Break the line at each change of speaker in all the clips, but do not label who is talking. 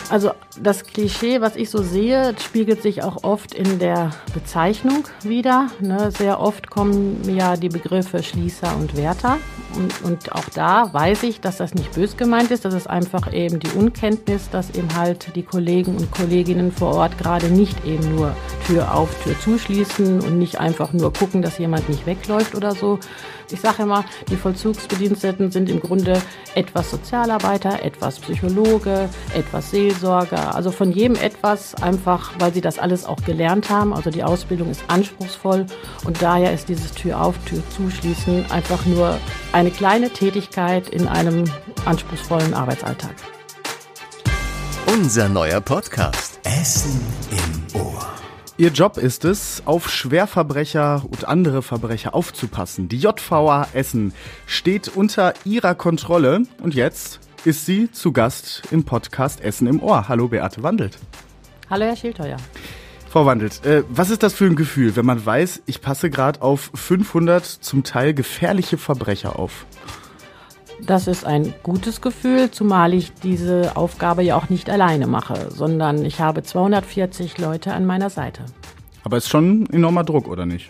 Also das Klischee, was ich so sehe, spiegelt sich auch oft in der Bezeichnung wider. Ne? Sehr oft kommen ja die Begriffe Schließer und Wärter. Und auch da weiß ich, dass das nicht bös gemeint ist. Das ist einfach eben die Unkenntnis, dass eben halt die Kollegen und Kolleginnen vor Ort gerade nicht eben nur Tür auf, Tür zuschließen und nicht einfach nur gucken, dass jemand nicht wegläuft oder so. Ich sage immer, die Vollzugsbediensteten sind im Grunde etwas Sozialarbeiter, etwas Psychologe, etwas Seelsorger. Also von jedem etwas, einfach weil sie das alles auch gelernt haben. Also die Ausbildung ist anspruchsvoll und daher ist dieses Tür auf, Tür zuschließen einfach nur eine kleine Tätigkeit in einem anspruchsvollen Arbeitsalltag.
Unser neuer Podcast Essen im Ohr.
Ihr Job ist es, auf Schwerverbrecher und andere Verbrecher aufzupassen. Die JVA Essen steht unter ihrer Kontrolle und jetzt ist sie zu Gast im Podcast Essen im Ohr. Hallo Beate Wandelt.
Hallo Herr Schildheuer.
Frau Wandelt, was ist das für ein Gefühl, wenn man weiß, ich passe gerade auf 500 zum Teil gefährliche Verbrecher auf?
Das ist ein gutes Gefühl, zumal ich diese Aufgabe ja auch nicht alleine mache, sondern ich habe 240 Leute an meiner Seite.
Aber ist schon ein enormer Druck, oder nicht?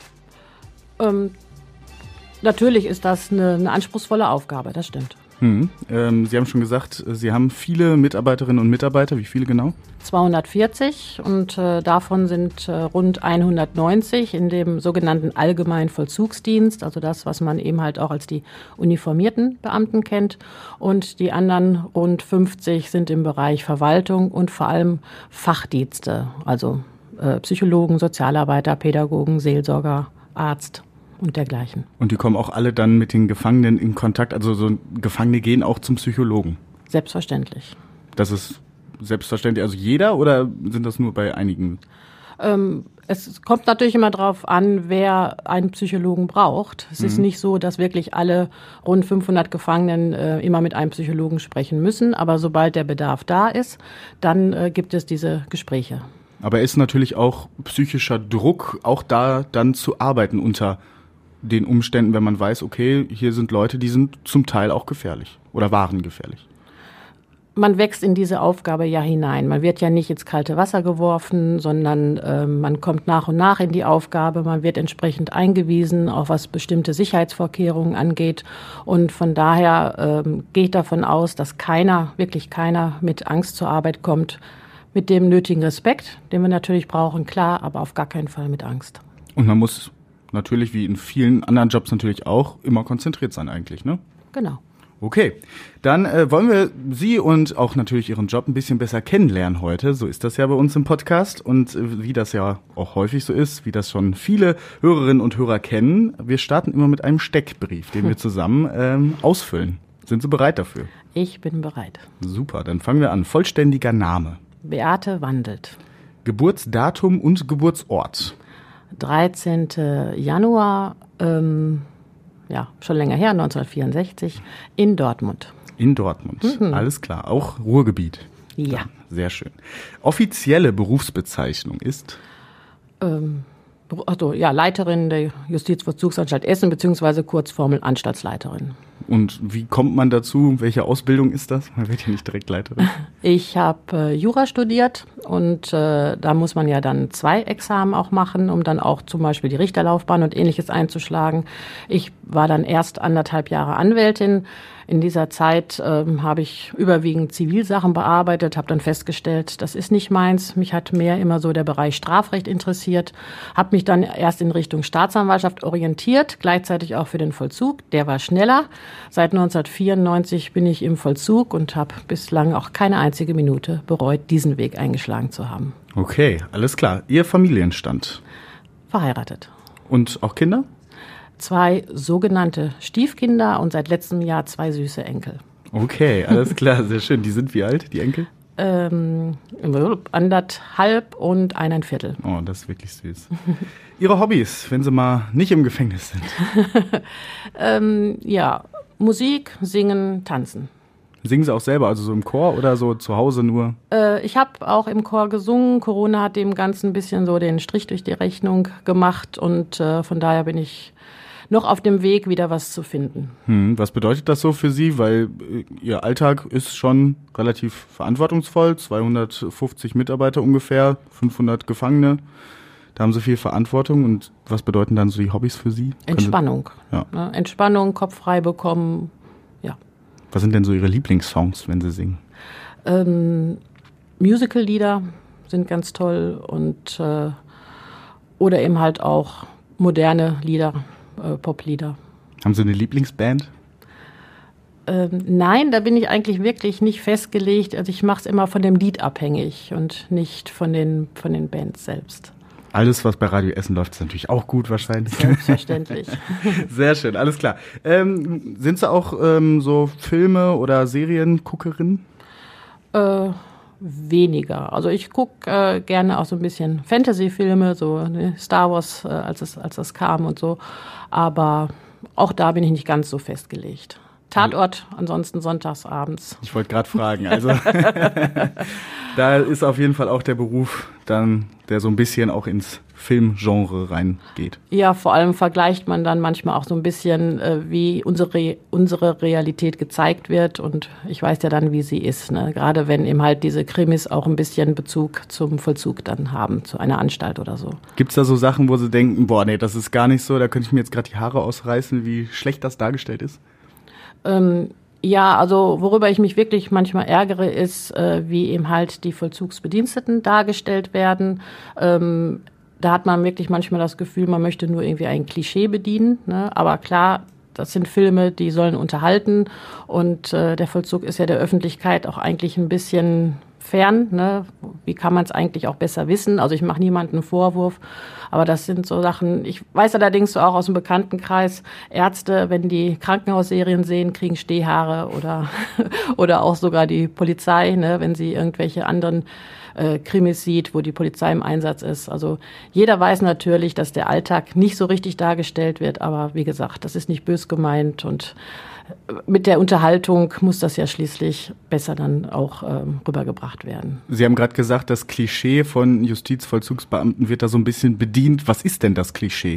Natürlich ist das eine anspruchsvolle Aufgabe, das stimmt.
Sie haben schon gesagt, Sie haben viele Mitarbeiterinnen und Mitarbeiter. Wie viele genau?
240 und davon sind rund 190 in dem sogenannten Allgemeinen Vollzugsdienst, also das, was man eben halt auch als die uniformierten Beamten kennt. Und die anderen rund 50 sind im Bereich Verwaltung und vor allem Fachdienste, also Psychologen, Sozialarbeiter, Pädagogen, Seelsorger, Arzt und dergleichen.
Und die kommen auch alle dann mit den Gefangenen in Kontakt? Also so Gefangene gehen auch zum Psychologen?
Selbstverständlich.
Das ist selbstverständlich, also jeder oder sind das nur bei einigen?
Es kommt natürlich immer darauf an, wer einen Psychologen braucht. Es ist nicht so, dass wirklich alle rund 500 Gefangenen immer mit einem Psychologen sprechen müssen. Aber sobald der Bedarf da ist, dann gibt es diese Gespräche.
Aber ist natürlich auch psychischer Druck, auch da dann zu arbeiten unter den Umständen, wenn man weiß, okay, hier sind Leute, die sind zum Teil auch gefährlich oder waren gefährlich.
Man wächst in diese Aufgabe ja hinein. Man wird ja nicht ins kalte Wasser geworfen, sondern man kommt nach und nach in die Aufgabe. Man wird entsprechend eingewiesen, auch was bestimmte Sicherheitsvorkehrungen angeht. Und von daher gehe ich davon aus, dass wirklich keiner mit Angst zur Arbeit kommt, mit dem nötigen Respekt, den wir natürlich brauchen, klar, aber auf gar keinen Fall mit Angst.
Und man muss natürlich, wie in vielen anderen Jobs natürlich auch, immer konzentriert sein eigentlich, ne?
Genau.
Okay, dann wollen wir Sie und auch natürlich Ihren Job ein bisschen besser kennenlernen heute. So ist das ja bei uns im Podcast und wie das ja auch häufig so ist, wie das schon viele Hörerinnen und Hörer kennen. Wir starten immer mit einem Steckbrief, den wir zusammen ausfüllen. Sind Sie bereit dafür?
Ich bin bereit.
Super, dann fangen wir an. Vollständiger Name.
Beate Wandelt.
Geburtsdatum und Geburtsort.
13. Januar, schon länger her, 1964, in Dortmund.
In Dortmund, alles klar. Auch Ruhrgebiet.
Ja.
Sehr schön. Offizielle Berufsbezeichnung ist?
Leiterin der Justizvollzugsanstalt Essen, beziehungsweise Kurzformel Anstaltsleiterin.
Und wie kommt man dazu? Welche Ausbildung ist das? Man wird ja nicht direkt Leiterin.
Ich habe Jura studiert und da muss man ja dann 2 Examen auch machen, um dann auch zum Beispiel die Richterlaufbahn und Ähnliches einzuschlagen. Ich war dann erst 1,5 Jahre Anwältin. In dieser Zeit habe ich überwiegend Zivilsachen bearbeitet, habe dann festgestellt, das ist nicht meins. Mich hat mehr immer so der Bereich Strafrecht interessiert, habe mich dann erst in Richtung Staatsanwaltschaft orientiert, gleichzeitig auch für den Vollzug. Der war schneller. Seit 1994 bin ich im Vollzug und habe bislang auch keine einzige Minute bereut, diesen Weg eingeschlagen zu haben.
Okay, alles klar. Ihr Familienstand?
Verheiratet.
Und auch Kinder?
2 sogenannte Stiefkinder und seit letztem Jahr 2 süße Enkel.
Okay, alles klar, sehr schön. Die sind wie alt, die Enkel?
1,5 und 1,25.
Oh, das ist wirklich süß. Ihre Hobbys, wenn Sie mal nicht im Gefängnis sind?
Musik, Singen, Tanzen.
Singen Sie auch selber, also so im Chor oder so zu Hause nur?
Ich habe auch im Chor gesungen. Corona hat dem Ganzen ein bisschen so den Strich durch die Rechnung gemacht und von daher bin ich noch auf dem Weg, wieder was zu finden.
Was bedeutet das so für Sie? Weil Ihr Alltag ist schon relativ verantwortungsvoll, 250 Mitarbeiter ungefähr, 500 Gefangene. Da haben Sie viel Verantwortung. Und was bedeuten dann so die Hobbys für Sie?
Entspannung.
Ja.
Ne? Entspannung, Kopf frei bekommen, ja.
Was sind denn so Ihre Lieblingssongs, wenn Sie singen?
Musical-Lieder sind ganz toll und oder eben halt auch moderne Lieder, Poplieder.
Haben Sie eine Lieblingsband?
Nein, da bin ich eigentlich wirklich nicht festgelegt. Also ich mache es immer von dem Lied abhängig und nicht von den Bands selbst.
Alles, was bei Radio Essen läuft, ist natürlich auch gut wahrscheinlich.
Selbstverständlich.
Sehr schön, alles klar. Sind Sie auch so Filme- oder Serienguckerin?
Weniger. Also ich gucke gerne auch so ein bisschen Fantasy-Filme, so Star Wars, als es kam und so. Aber auch da bin ich nicht ganz so festgelegt. Tatort, ansonsten sonntags abends.
Ich wollte gerade fragen, also da ist auf jeden Fall auch der Beruf dann, der so ein bisschen auch ins Filmgenre reingeht.
Ja, vor allem vergleicht man dann manchmal auch so ein bisschen, wie unsere Realität gezeigt wird und ich weiß ja dann, wie sie ist, ne? Gerade wenn eben halt diese Krimis auch ein bisschen Bezug zum Vollzug dann haben, zu einer Anstalt oder so.
Gibt's da so Sachen, wo Sie denken, boah, nee, das ist gar nicht so, da könnte ich mir jetzt gerade die Haare ausreißen, wie schlecht das dargestellt ist?
Ja, also worüber ich mich wirklich manchmal ärgere, ist, wie eben halt die Vollzugsbediensteten dargestellt werden. Da hat man wirklich manchmal das Gefühl, man möchte nur irgendwie ein Klischee bedienen, ne? Aber klar, das sind Filme, die sollen unterhalten und der Vollzug ist ja der Öffentlichkeit auch eigentlich ein bisschen fern, ne? Wie kann man es eigentlich auch besser wissen? Also ich mache niemandem einen Vorwurf, aber das sind so Sachen, ich weiß allerdings so auch aus dem Bekanntenkreis, Ärzte, wenn die Krankenhausserien sehen, kriegen Stehhaare oder auch sogar die Polizei, ne? Wenn sie irgendwelche anderen Krimis sieht, wo die Polizei im Einsatz ist. Also jeder weiß natürlich, dass der Alltag nicht so richtig dargestellt wird, aber wie gesagt, das ist nicht bös gemeint und mit der Unterhaltung muss das ja schließlich besser dann auch rübergebracht werden.
Sie haben gerade gesagt, das Klischee von Justizvollzugsbeamten wird da so ein bisschen bedient. Was ist denn das Klischee?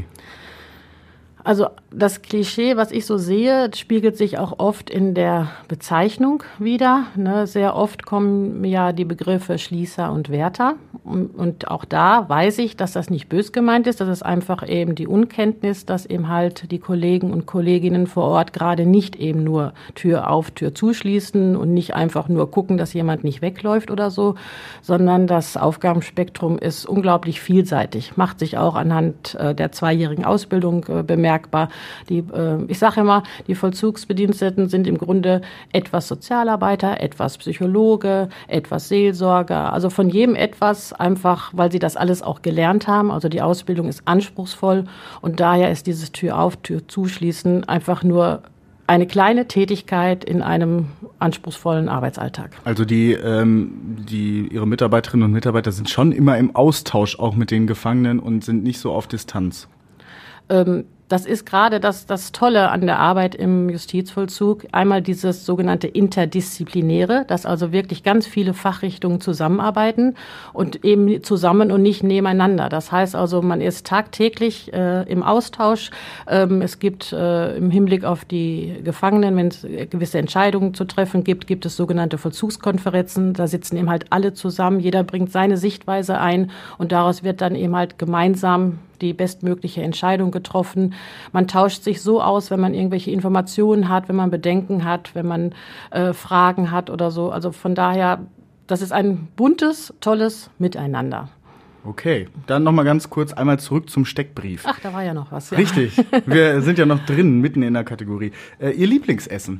Also das Klischee, was ich so sehe, spiegelt sich auch oft in der Bezeichnung wider. Ne? Sehr oft kommen ja die Begriffe Schließer und Wärter. Und auch da weiß ich, dass das nicht bös gemeint ist. Das ist einfach eben die Unkenntnis, dass eben halt die Kollegen und Kolleginnen vor Ort gerade nicht eben nur Tür auf, Tür zuschließen und nicht einfach nur gucken, dass jemand nicht wegläuft oder so, sondern das Aufgabenspektrum ist unglaublich vielseitig. Macht sich auch anhand der 2-jährigen Ausbildung bemerkbar. Ich sage immer, die Vollzugsbediensteten sind im Grunde etwas Sozialarbeiter, etwas Psychologe, etwas Seelsorger. Also von jedem etwas, einfach weil sie das alles auch gelernt haben. Also die Ausbildung ist anspruchsvoll und daher ist dieses Tür auf, Tür zuschließen einfach nur eine kleine Tätigkeit in einem anspruchsvollen Arbeitsalltag. Also
Ihre Mitarbeiterinnen und Mitarbeiter sind schon immer im Austausch auch mit den Gefangenen und sind nicht so auf Distanz.
Das ist gerade das Tolle an der Arbeit im Justizvollzug. Einmal dieses sogenannte Interdisziplinäre, dass also wirklich ganz viele Fachrichtungen zusammenarbeiten und eben zusammen und nicht nebeneinander. Das heißt also, man ist tagtäglich im Austausch. Es gibt im Hinblick auf die Gefangenen, wenn es gewisse Entscheidungen zu treffen gibt es sogenannte Vollzugskonferenzen. Da sitzen eben halt alle zusammen. Jeder bringt seine Sichtweise ein und daraus wird dann eben halt gemeinsam die bestmögliche Entscheidung getroffen. Man tauscht sich so aus, wenn man irgendwelche Informationen hat, wenn man Bedenken hat, wenn man Fragen hat oder so. Also von daher, das ist ein buntes, tolles Miteinander.
Okay, dann noch mal ganz kurz einmal zurück zum Steckbrief.
Ach, da war ja noch was. Ja.
Richtig, wir sind ja noch drin, mitten in der Kategorie. Ihr Lieblingsessen?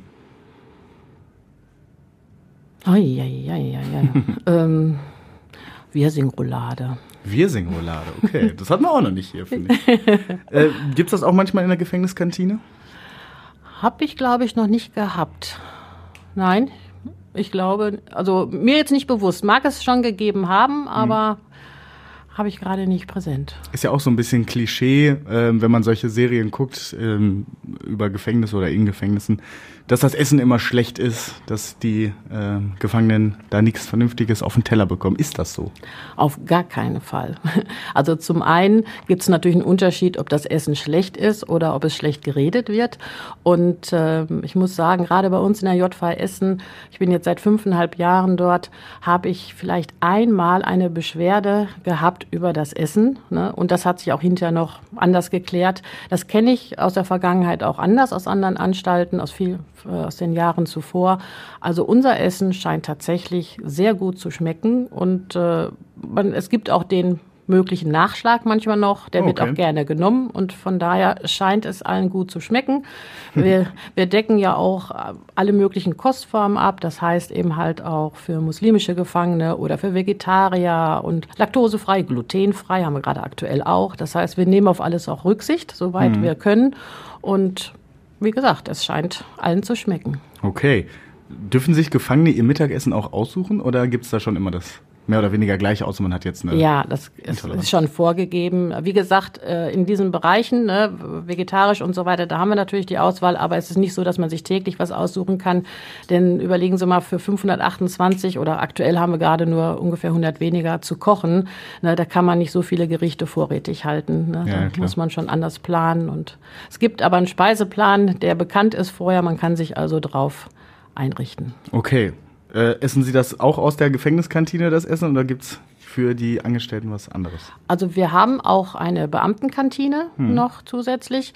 Wirsingroulade.
Wirsingroulade, okay. Das hatten wir auch noch nicht hier, finde ich. Gibt's das auch manchmal in der Gefängniskantine?
Hab ich, glaube ich, noch nicht gehabt. Nein, ich glaube, also mir jetzt nicht bewusst. Mag es schon gegeben haben, aber habe ich gerade nicht präsent.
Ist ja auch so ein bisschen Klischee, wenn man solche Serien guckt, über Gefängnisse oder in Gefängnissen, dass das Essen immer schlecht ist, dass die Gefangenen da nichts Vernünftiges auf den Teller bekommen. Ist das so?
Auf gar keinen Fall. Also zum einen gibt es natürlich einen Unterschied, ob das Essen schlecht ist oder ob es schlecht geredet wird. Und ich muss sagen, gerade bei uns in der JVA Essen, ich bin jetzt seit 5,5 Jahren dort, habe ich vielleicht einmal eine Beschwerde gehabt über das Essen. Ne? Und das hat sich auch hinterher noch anders geklärt. Das kenne ich aus der Vergangenheit auch anders, aus anderen Anstalten, aus den Jahren zuvor. Also unser Essen scheint tatsächlich sehr gut zu schmecken. Und es gibt auch den möglichen Nachschlag manchmal noch, der wird auch gerne genommen und von daher scheint es allen gut zu schmecken. Wir decken ja auch alle möglichen Kostformen ab, das heißt eben halt auch für muslimische Gefangene oder für Vegetarier und laktosefrei, glutenfrei haben wir gerade aktuell auch. Das heißt, wir nehmen auf alles auch Rücksicht, soweit wir können und wie gesagt, es scheint allen zu schmecken.
Okay. Dürfen sich Gefangene ihr Mittagessen auch aussuchen oder gibt es da schon immer das mehr oder weniger gleiche aus, man hat jetzt eine...
Ja, das ist schon vorgegeben. Wie gesagt, in diesen Bereichen, ne, vegetarisch und so weiter, da haben wir natürlich die Auswahl, aber es ist nicht so, dass man sich täglich was aussuchen kann. Denn überlegen Sie mal, für 528 oder aktuell haben wir gerade nur ungefähr 100 weniger zu kochen. Ne, da kann man nicht so viele Gerichte vorrätig halten. Ne,
ja,
da muss man schon anders planen. Und es gibt aber einen Speiseplan, der bekannt ist vorher. Man kann sich also drauf einrichten.
Okay. Essen Sie das auch aus der Gefängniskantine, das Essen, oder gibt's für die Angestellten was anderes?
Also wir haben auch eine Beamtenkantine noch zusätzlich,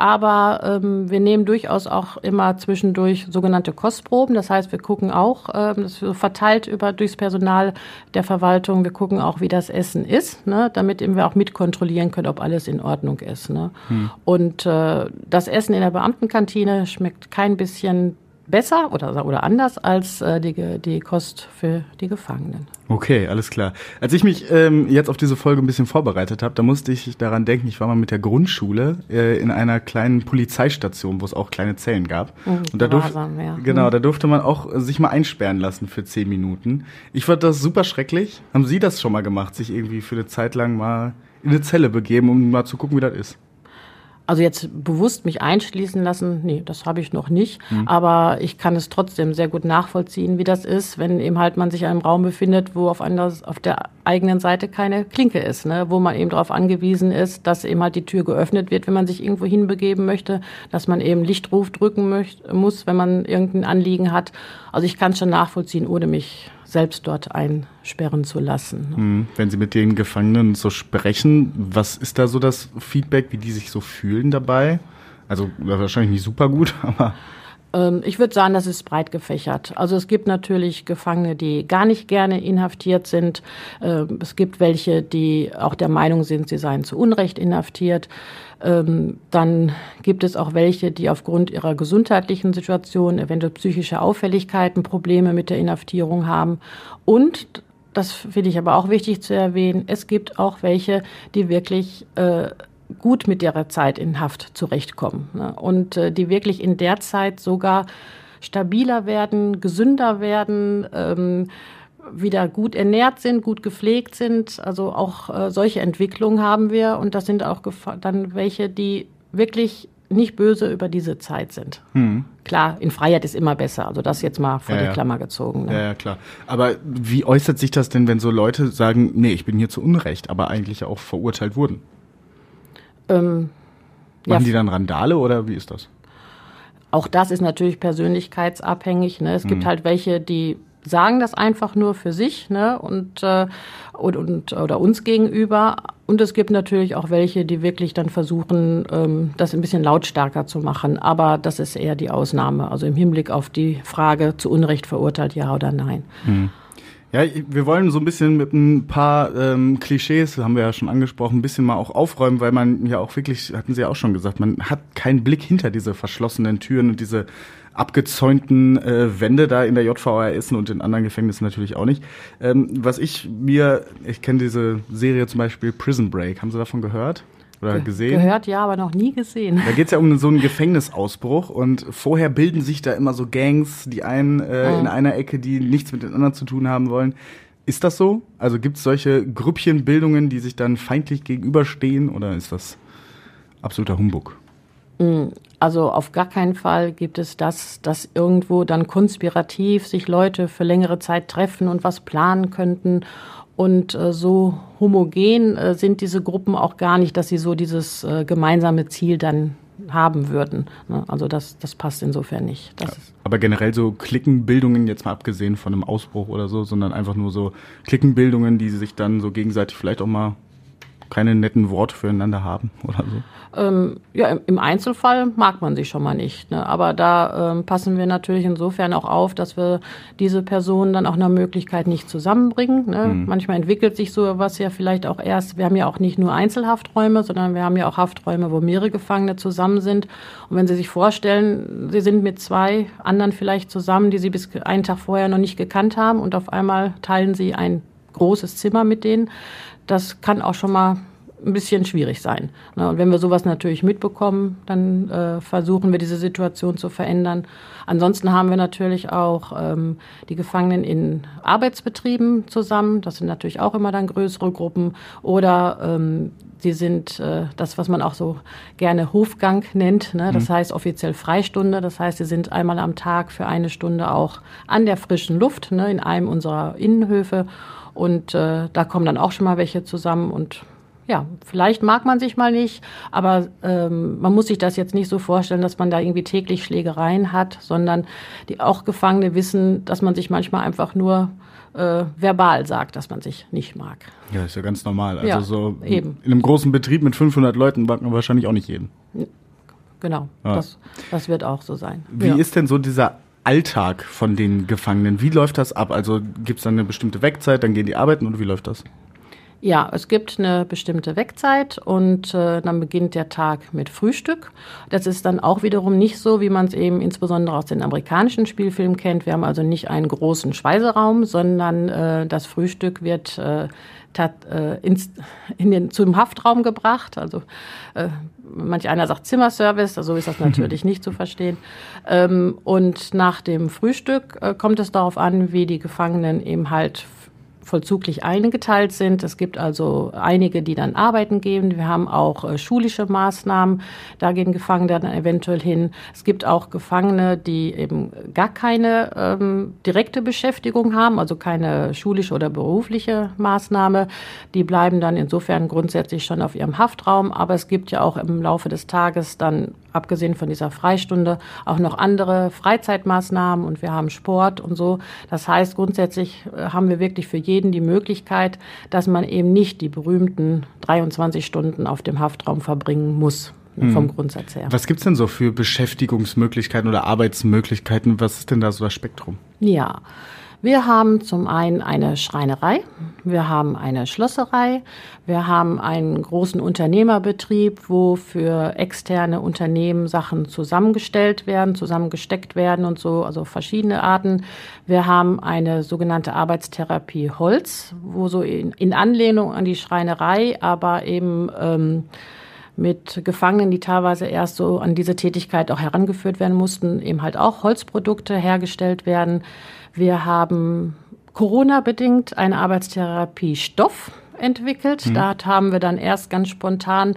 aber wir nehmen durchaus auch immer zwischendurch sogenannte Kostproben. Das heißt, wir gucken auch, das ist so verteilt durchs Personal der Verwaltung, wir gucken auch, wie das Essen ist, ne, damit eben wir auch mitkontrollieren können, ob alles in Ordnung ist. Ne. Und das Essen in der Beamtenkantine schmeckt kein bisschen besser oder anders als die Kost für die Gefangenen.
Okay, alles klar. Als ich mich jetzt auf diese Folge ein bisschen vorbereitet habe, da musste ich daran denken, ich war mal mit der Grundschule in einer kleinen Polizeistation, wo es auch kleine Zellen gab. Und da da durfte man auch sich mal einsperren lassen für 10 Minuten. Ich fand das super schrecklich. Haben Sie das schon mal gemacht, sich irgendwie für eine Zeit lang mal in eine Zelle begeben, um mal zu gucken, wie das ist?
Also jetzt bewusst mich einschließen lassen, nee, das habe ich noch nicht. Aber ich kann es trotzdem sehr gut nachvollziehen, wie das ist, wenn eben halt man sich in einem Raum befindet, wo auf der eigenen Seite keine Klinke ist, ne? Wo man eben darauf angewiesen ist, dass eben halt die Tür geöffnet wird, wenn man sich irgendwo hinbegeben möchte, dass man eben Lichtruf drücken muss, wenn man irgendein Anliegen hat. Also ich kann es schon nachvollziehen, ohne mich selbst dort einsperren zu lassen.
Wenn Sie mit den Gefangenen so sprechen, was ist da so das Feedback, wie die sich so fühlen dabei? Also wahrscheinlich nicht super gut, aber...
Ich würde sagen, das ist breit gefächert. Also es gibt natürlich Gefangene, die gar nicht gerne inhaftiert sind. Es gibt welche, die auch der Meinung sind, sie seien zu Unrecht inhaftiert. Dann gibt es auch welche, die aufgrund ihrer gesundheitlichen Situation, eventuell psychische Auffälligkeiten, Probleme mit der Inhaftierung haben. Und, das finde ich aber auch wichtig zu erwähnen, es gibt auch welche, die wirklich gut mit ihrer Zeit in Haft zurechtkommen, ne? Und die wirklich in der Zeit sogar stabiler werden, gesünder werden, wieder gut ernährt sind, gut gepflegt sind. Also auch solche Entwicklungen haben wir und das sind auch dann welche, die wirklich nicht böse über diese Zeit sind. Klar, in Freiheit ist immer besser, also das jetzt mal vor die Klammer gezogen. Ne?
Ja, klar. Aber wie äußert sich das denn, wenn so Leute sagen, nee, ich bin hier zu Unrecht, aber eigentlich auch verurteilt wurden? Machen die dann Randale oder wie ist das?
Auch das ist natürlich persönlichkeitsabhängig. Ne? Es gibt halt welche, die sagen das einfach nur für sich, ne? Oder uns gegenüber. Und es gibt natürlich auch welche, die wirklich dann versuchen, das ein bisschen lautstarker zu machen. Aber das ist eher die Ausnahme. Also im Hinblick auf die Frage, zu Unrecht verurteilt, ja oder nein.
Ja, wir wollen so ein bisschen mit ein paar Klischees, haben wir ja schon angesprochen, ein bisschen mal auch aufräumen, weil man ja auch wirklich, hatten Sie ja auch schon gesagt, man hat keinen Blick hinter diese verschlossenen Türen und diese abgezäunten Wände da in der JVA Essen und in anderen Gefängnissen natürlich auch nicht. Ich kenne diese Serie zum Beispiel Prison Break, haben Sie davon gehört? Oder gesehen?
Gehört, ja, aber noch nie gesehen.
Da geht es ja um so einen Gefängnisausbruch und vorher bilden sich da immer so Gangs, die einen in einer Ecke, die nichts mit den anderen zu tun haben wollen. Ist das so? Also gibt es solche Grüppchenbildungen, die sich dann feindlich gegenüberstehen, oder ist das absoluter Humbug?
Also auf gar keinen Fall gibt es das, dass irgendwo dann konspirativ sich Leute für längere Zeit treffen und was planen könnten. Und so homogen sind diese Gruppen auch gar nicht, dass sie so dieses gemeinsame Ziel dann haben würden. Also das passt insofern nicht.
Aber generell so Cliquenbildungen, jetzt mal abgesehen von einem Ausbruch oder so, sondern einfach nur so Cliquenbildungen, die sich dann so gegenseitig vielleicht auch mal keine netten Worte füreinander haben oder so?
Ja, im Einzelfall mag man sich schon mal nicht. Ne? Aber da passen wir natürlich insofern auch auf, dass wir diese Personen dann auch nach Möglichkeit nicht zusammenbringen. Ne? Manchmal entwickelt sich sowas ja vielleicht auch erst. Wir haben ja auch nicht nur Einzelhafträume, sondern wir haben ja auch Hafträume, wo mehrere Gefangene zusammen sind. Und wenn Sie sich vorstellen, Sie sind mit 2 anderen vielleicht zusammen, die Sie bis einen Tag vorher noch nicht gekannt haben, und auf einmal teilen Sie ein großes Zimmer mit denen. Das kann auch schon mal ein bisschen schwierig sein. Und wenn wir sowas natürlich mitbekommen, dann versuchen wir, diese Situation zu verändern. Ansonsten haben wir natürlich auch die Gefangenen in Arbeitsbetrieben zusammen. Das sind natürlich auch immer dann größere Gruppen. Oder die sind das, was man auch so gerne Hofgang nennt. Ne? Das heißt offiziell Freistunde. Das heißt, sie sind einmal am Tag für 1 Stunde auch an der frischen Luft, ne, in einem unserer Innenhöfe. Und da kommen dann auch schon mal welche zusammen. Und ja, vielleicht mag man sich mal nicht, aber man muss sich das jetzt nicht so vorstellen, dass man da irgendwie täglich Schlägereien hat, sondern die auch Gefangene wissen, dass man sich manchmal einfach nur verbal sagt, dass man sich nicht mag.
Ja, ist ja ganz normal. Also
ja,
so
eben.
In einem großen Betrieb mit 500 Leuten mag man wahrscheinlich auch nicht jeden.
Genau, ja. Das wird auch so sein.
Wie ist denn so dieser Alltag von den Gefangenen? Wie läuft das ab? Also gibt es dann eine bestimmte Wegzeit, dann gehen die arbeiten, oder wie läuft das?
Ja, es gibt eine bestimmte Wegzeit und dann beginnt der Tag mit Frühstück. Das ist dann auch wiederum nicht so, wie man es eben insbesondere aus den amerikanischen Spielfilmen kennt. Wir haben also nicht einen großen Speiseraum, sondern das Frühstück wird zum Haftraum gebracht. Also manch einer sagt Zimmerservice, also so ist das natürlich nicht zu verstehen. Und nach dem Frühstück kommt es darauf an, wie die Gefangenen eben halt vollzuglich eingeteilt sind. Es gibt also einige, die dann arbeiten gehen. Wir haben auch schulische Maßnahmen. Da gehen Gefangene dann eventuell hin. Es gibt auch Gefangene, die eben gar keine direkte Beschäftigung haben, also keine schulische oder berufliche Maßnahme. Die bleiben dann insofern grundsätzlich schon auf ihrem Haftraum. Aber es gibt ja auch im Laufe des Tages dann, abgesehen von dieser Freistunde, auch noch andere Freizeitmaßnahmen, und wir haben Sport und so. Das heißt, grundsätzlich haben wir wirklich für jeden die Möglichkeit, dass man eben nicht die berühmten 23 Stunden auf dem Haftraum verbringen muss, vom Grundsatz her.
Was gibt's denn so für Beschäftigungsmöglichkeiten oder Arbeitsmöglichkeiten? Was ist denn da so das Spektrum?
Ja, wir haben zum einen eine Schreinerei, wir haben eine Schlosserei, wir haben einen großen Unternehmerbetrieb, wo für externe Unternehmen Sachen zusammengesteckt werden und so, also verschiedene Arten. Wir haben eine sogenannte Arbeitstherapie Holz, wo so in Anlehnung an die Schreinerei, aber eben mit Gefangenen, die teilweise erst so an diese Tätigkeit auch herangeführt werden mussten, eben halt auch Holzprodukte hergestellt werden. Wir haben Corona-bedingt eine Arbeitstherapie Stoff entwickelt. Da haben wir dann erst ganz spontan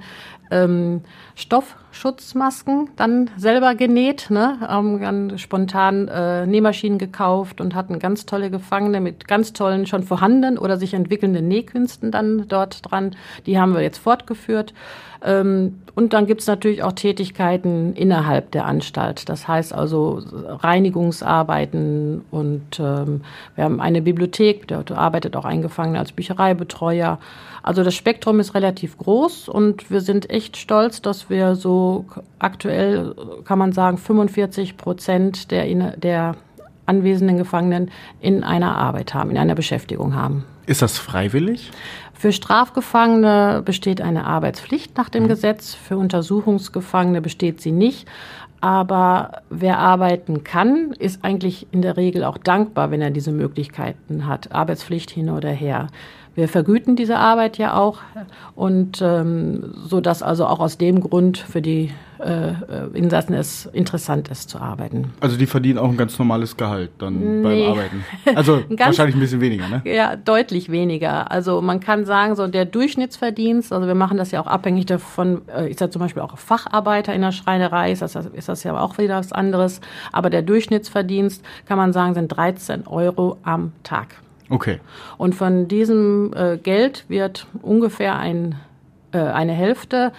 Stoffschutzmasken dann selber genäht, ne? Haben dann spontan Nähmaschinen gekauft und hatten ganz tolle Gefangene mit ganz tollen, schon vorhandenen oder sich entwickelnden Nähkünsten dann dort dran. Die haben wir jetzt fortgeführt. Und dann gibt's natürlich auch Tätigkeiten innerhalb der Anstalt. Das heißt also Reinigungsarbeiten, und wir haben eine Bibliothek, da arbeitet auch ein Gefangener als Büchereibetreuer. Also das Spektrum ist relativ groß, und wir sind echt stolz, dass wir so aktuell, kann man sagen, 45% der anwesenden Gefangenen in einer Arbeit haben, in einer Beschäftigung haben.
Ist das freiwillig?
Für Strafgefangene besteht eine Arbeitspflicht nach dem Gesetz, für Untersuchungsgefangene besteht sie nicht. Aber wer arbeiten kann, ist eigentlich in der Regel auch dankbar, wenn er diese Möglichkeiten hat. Arbeitspflicht hin oder her. wir vergüten diese Arbeit ja auch und so dass also auch aus dem Grund für die Insassen es interessant ist zu arbeiten.
Also die verdienen auch ein ganz normales Gehalt dann beim Arbeiten? Also wahrscheinlich ein bisschen weniger, ne?
Ja, deutlich weniger. Also man kann sagen, so der Durchschnittsverdienst, also wir machen das ja auch abhängig davon, ist ja zum Beispiel auch Facharbeiter in der Schreinerei, ist das ja auch wieder was anderes. Aber der Durchschnittsverdienst, kann man sagen, sind 13 Euro am Tag.
Okay.
Und von diesem Geld wird ungefähr eine Hälfte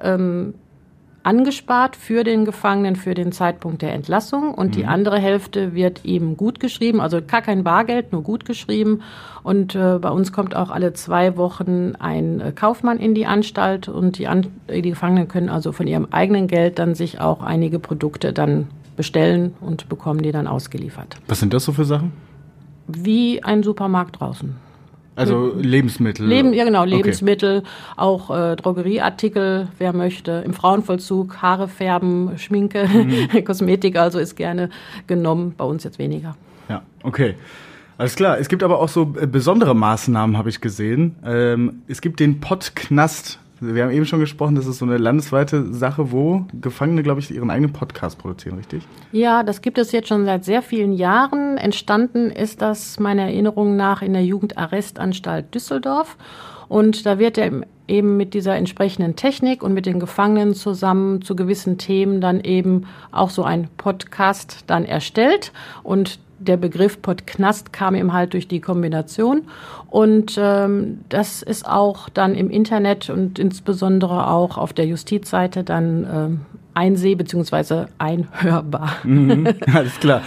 angespart für den Gefangenen für den Zeitpunkt der Entlassung und die andere Hälfte wird ihm gutgeschrieben, also gar kein Bargeld, nur gutgeschrieben. Und bei uns kommt auch alle 2 Wochen ein Kaufmann in die Anstalt und die Gefangenen können also von ihrem eigenen Geld dann sich auch einige Produkte dann bestellen und bekommen die dann ausgeliefert.
Was sind das so für Sachen?
Wie ein Supermarkt draußen.
Also Lebensmittel?
Ja genau, Lebensmittel, okay. Auch Drogerieartikel, wer möchte. Im Frauenvollzug, Haare färben, Schminke, Kosmetik, also ist gerne genommen, bei uns jetzt weniger.
Ja, okay. Alles klar. Es gibt aber auch so besondere Maßnahmen, habe ich gesehen. Es gibt den Podknast. Wir haben eben schon gesprochen, das ist so eine landesweite Sache, wo Gefangene, glaube ich, ihren eigenen Podcast produzieren, richtig?
Ja, das gibt es jetzt schon seit sehr vielen Jahren. Entstanden ist das meiner Erinnerung nach in der Jugendarrestanstalt Düsseldorf. Und da wird eben mit dieser entsprechenden Technik und mit den Gefangenen zusammen zu gewissen Themen dann eben auch so ein Podcast dann erstellt. Und der Begriff Podknast kam eben halt durch die Kombination und das ist auch dann im Internet und insbesondere auch auf der Justizseite dann bzw. einhörbar.
Alles klar.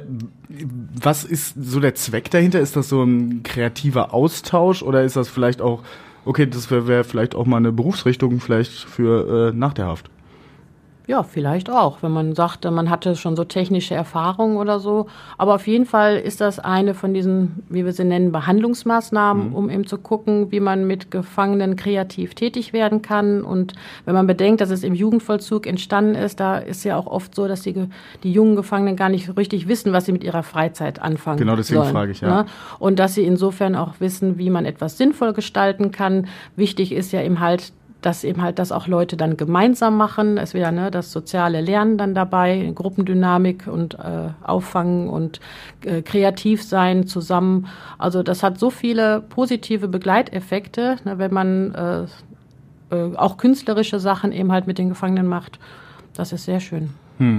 Was ist so der Zweck dahinter? Ist das so ein kreativer Austausch oder ist das vielleicht auch, okay, das wäre vielleicht auch mal eine Berufsrichtung vielleicht für nach der Haft?
Ja, vielleicht auch, wenn man sagt, man hatte schon so technische Erfahrungen oder so. Aber auf jeden Fall ist das eine von diesen, wie wir sie nennen, Behandlungsmaßnahmen, um eben zu gucken, wie man mit Gefangenen kreativ tätig werden kann. Und wenn man bedenkt, dass es im Jugendvollzug entstanden ist, da ist ja auch oft so, dass die jungen Gefangenen gar nicht so richtig wissen, was sie mit ihrer Freizeit anfangen
Genau, deswegen
sollen,
frage ich, ja.
Ne? Und dass sie insofern auch wissen, wie man etwas sinnvoll gestalten kann. Wichtig ist ja eben halt, dass das auch Leute dann gemeinsam machen. Es wäre das soziale Lernen dann dabei, Gruppendynamik und Auffangen und kreativ sein zusammen. Also das hat so viele positive Begleiteffekte, wenn man auch künstlerische Sachen eben halt mit den Gefangenen macht. Das ist sehr schön.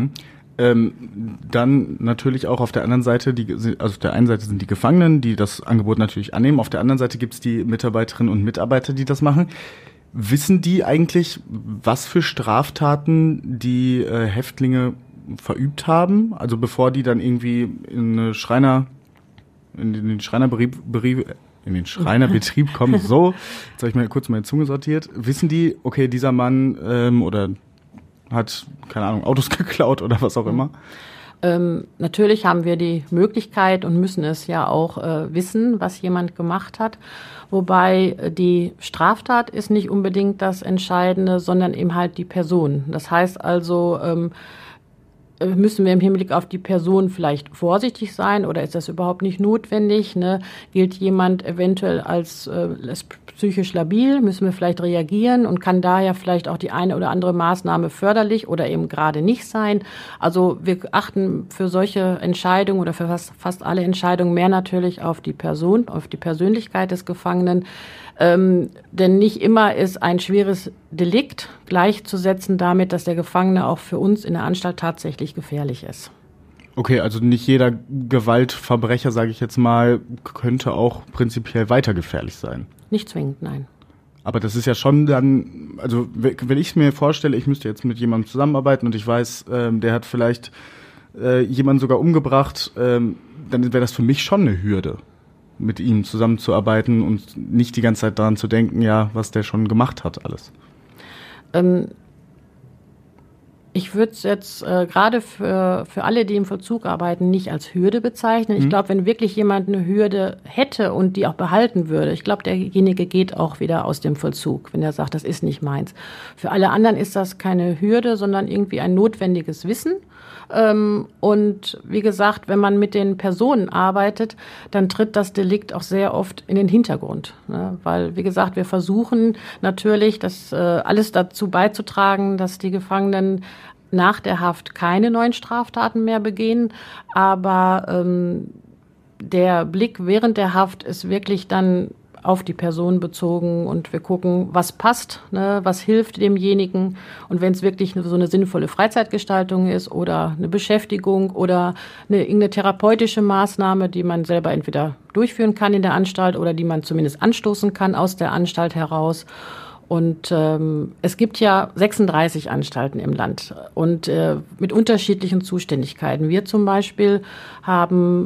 Dann natürlich auch auf der anderen Seite, auf der einen Seite sind die Gefangenen, die das Angebot natürlich annehmen. Auf der anderen Seite gibt es die Mitarbeiterinnen und Mitarbeiter, die das machen. Wissen die eigentlich, was für Straftaten die Häftlinge verübt haben? Also bevor die dann irgendwie in den Schreinerbetrieb kommen, so, jetzt habe ich mal kurz meine Zunge sortiert, wissen die, okay, dieser Mann oder hat, keine Ahnung, Autos geklaut oder was auch immer?
Natürlich haben wir die Möglichkeit und müssen es ja auch wissen, was jemand gemacht hat. Wobei die Straftat ist nicht unbedingt das Entscheidende, sondern eben halt die Person. Das heißt also, müssen wir im Hinblick auf die Person vielleicht vorsichtig sein oder ist das überhaupt nicht notwendig? Ne? Gilt jemand eventuell als psychisch labil, müssen wir vielleicht reagieren und kann daher vielleicht auch die eine oder andere Maßnahme förderlich oder eben gerade nicht sein. Also wir achten für solche Entscheidungen oder für fast alle Entscheidungen mehr natürlich auf die Person, auf die Persönlichkeit des Gefangenen. Denn nicht immer ist ein schweres Delikt gleichzusetzen damit, dass der Gefangene auch für uns in der Anstalt tatsächlich gefährlich ist.
Okay, also nicht jeder Gewaltverbrecher, sage ich jetzt mal, könnte auch prinzipiell weiter gefährlich sein.
Nicht zwingend, nein.
Aber das ist ja schon dann, also wenn ich mir vorstelle, ich müsste jetzt mit jemandem zusammenarbeiten und ich weiß, der hat vielleicht jemanden sogar umgebracht, dann wäre das für mich schon eine Hürde, mit ihm zusammenzuarbeiten und nicht die ganze Zeit daran zu denken, ja, was der schon gemacht hat, alles.
Ich würde es jetzt gerade für alle, die im Vollzug arbeiten, nicht als Hürde bezeichnen. Ich glaube, wenn wirklich jemand eine Hürde hätte und die auch behalten würde, ich glaube, derjenige geht auch wieder aus dem Vollzug, wenn er sagt, das ist nicht meins. Für alle anderen ist das keine Hürde, sondern irgendwie ein notwendiges Wissen. Und wie gesagt, wenn man mit den Personen arbeitet, dann tritt das Delikt auch sehr oft in den Hintergrund. Ne? Weil, wie gesagt, wir versuchen natürlich, das alles dazu beizutragen, dass die Gefangenen nach der Haft keine neuen Straftaten mehr begehen. Aber der Blick während der Haft ist wirklich dann auf die Person bezogen und wir gucken, was passt, ne, was hilft demjenigen. Und wenn es wirklich so eine sinnvolle Freizeitgestaltung ist oder eine Beschäftigung oder irgendeine therapeutische Maßnahme, die man selber entweder durchführen kann in der Anstalt oder die man zumindest anstoßen kann aus der Anstalt heraus. Und es gibt ja 36 Anstalten im Land und mit unterschiedlichen Zuständigkeiten. Wir zum Beispiel haben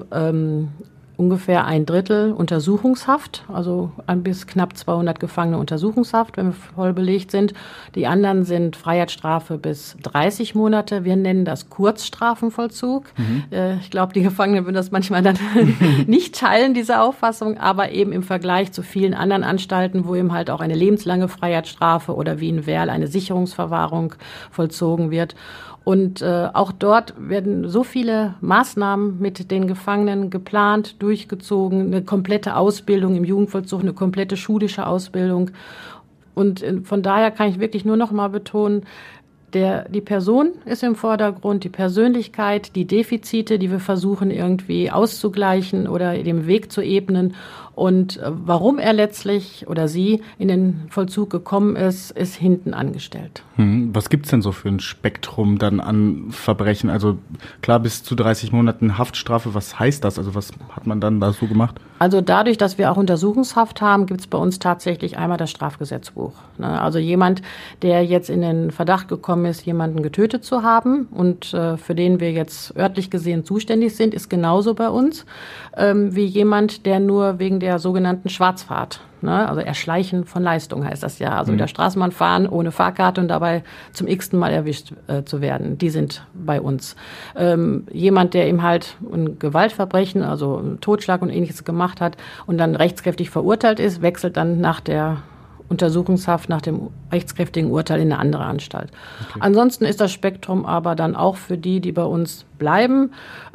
ungefähr 1/3 Untersuchungshaft, also bis knapp 200 Gefangene Untersuchungshaft, wenn wir voll belegt sind. Die anderen sind Freiheitsstrafe bis 30 Monate. Wir nennen das Kurzstrafenvollzug. Ich glaube, die Gefangenen würden das manchmal dann nicht teilen, diese Auffassung, aber eben im Vergleich zu vielen anderen Anstalten, wo eben halt auch eine lebenslange Freiheitsstrafe oder wie in Werl eine Sicherungsverwahrung vollzogen wird. Und auch dort werden so viele Maßnahmen mit den Gefangenen geplant, durchgezogen, eine komplette Ausbildung im Jugendvollzug, eine komplette schulische Ausbildung. Und von daher kann ich wirklich nur noch mal betonen, die Person ist im Vordergrund, die Persönlichkeit, die Defizite, die wir versuchen irgendwie auszugleichen oder dem Weg zu ebnen. Und warum er letztlich oder sie in den Vollzug gekommen ist, ist hinten angestellt.
Was gibt's denn so für ein Spektrum dann an Verbrechen? Also klar, bis zu 30 Monaten Haftstrafe, was heißt das? Also was hat man dann da so gemacht?
Also dadurch, dass wir auch Untersuchungshaft haben, gibt's bei uns tatsächlich einmal das Strafgesetzbuch. Also jemand, der jetzt in den Verdacht gekommen ist, jemanden getötet zu haben und für den wir jetzt örtlich gesehen zuständig sind, ist genauso bei uns wie jemand, der nur wegen der sogenannten Schwarzfahrt, also Erschleichen von Leistung heißt das ja, also mit der Straßenbahn fahren ohne Fahrkarte und dabei zum x-ten Mal erwischt zu werden, die sind bei uns. Jemand, der eben halt ein Gewaltverbrechen, also Totschlag und Ähnliches gemacht hat und dann rechtskräftig verurteilt ist, wechselt dann nach der Untersuchungshaft nach dem rechtskräftigen Urteil in eine andere Anstalt. Okay. Ansonsten ist das Spektrum aber dann auch für die bei uns bleiben,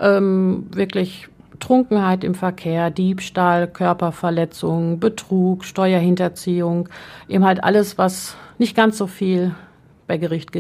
wirklich Trunkenheit im Verkehr, Diebstahl, Körperverletzung, Betrug, Steuerhinterziehung, eben halt alles, was nicht ganz so viel bei Gericht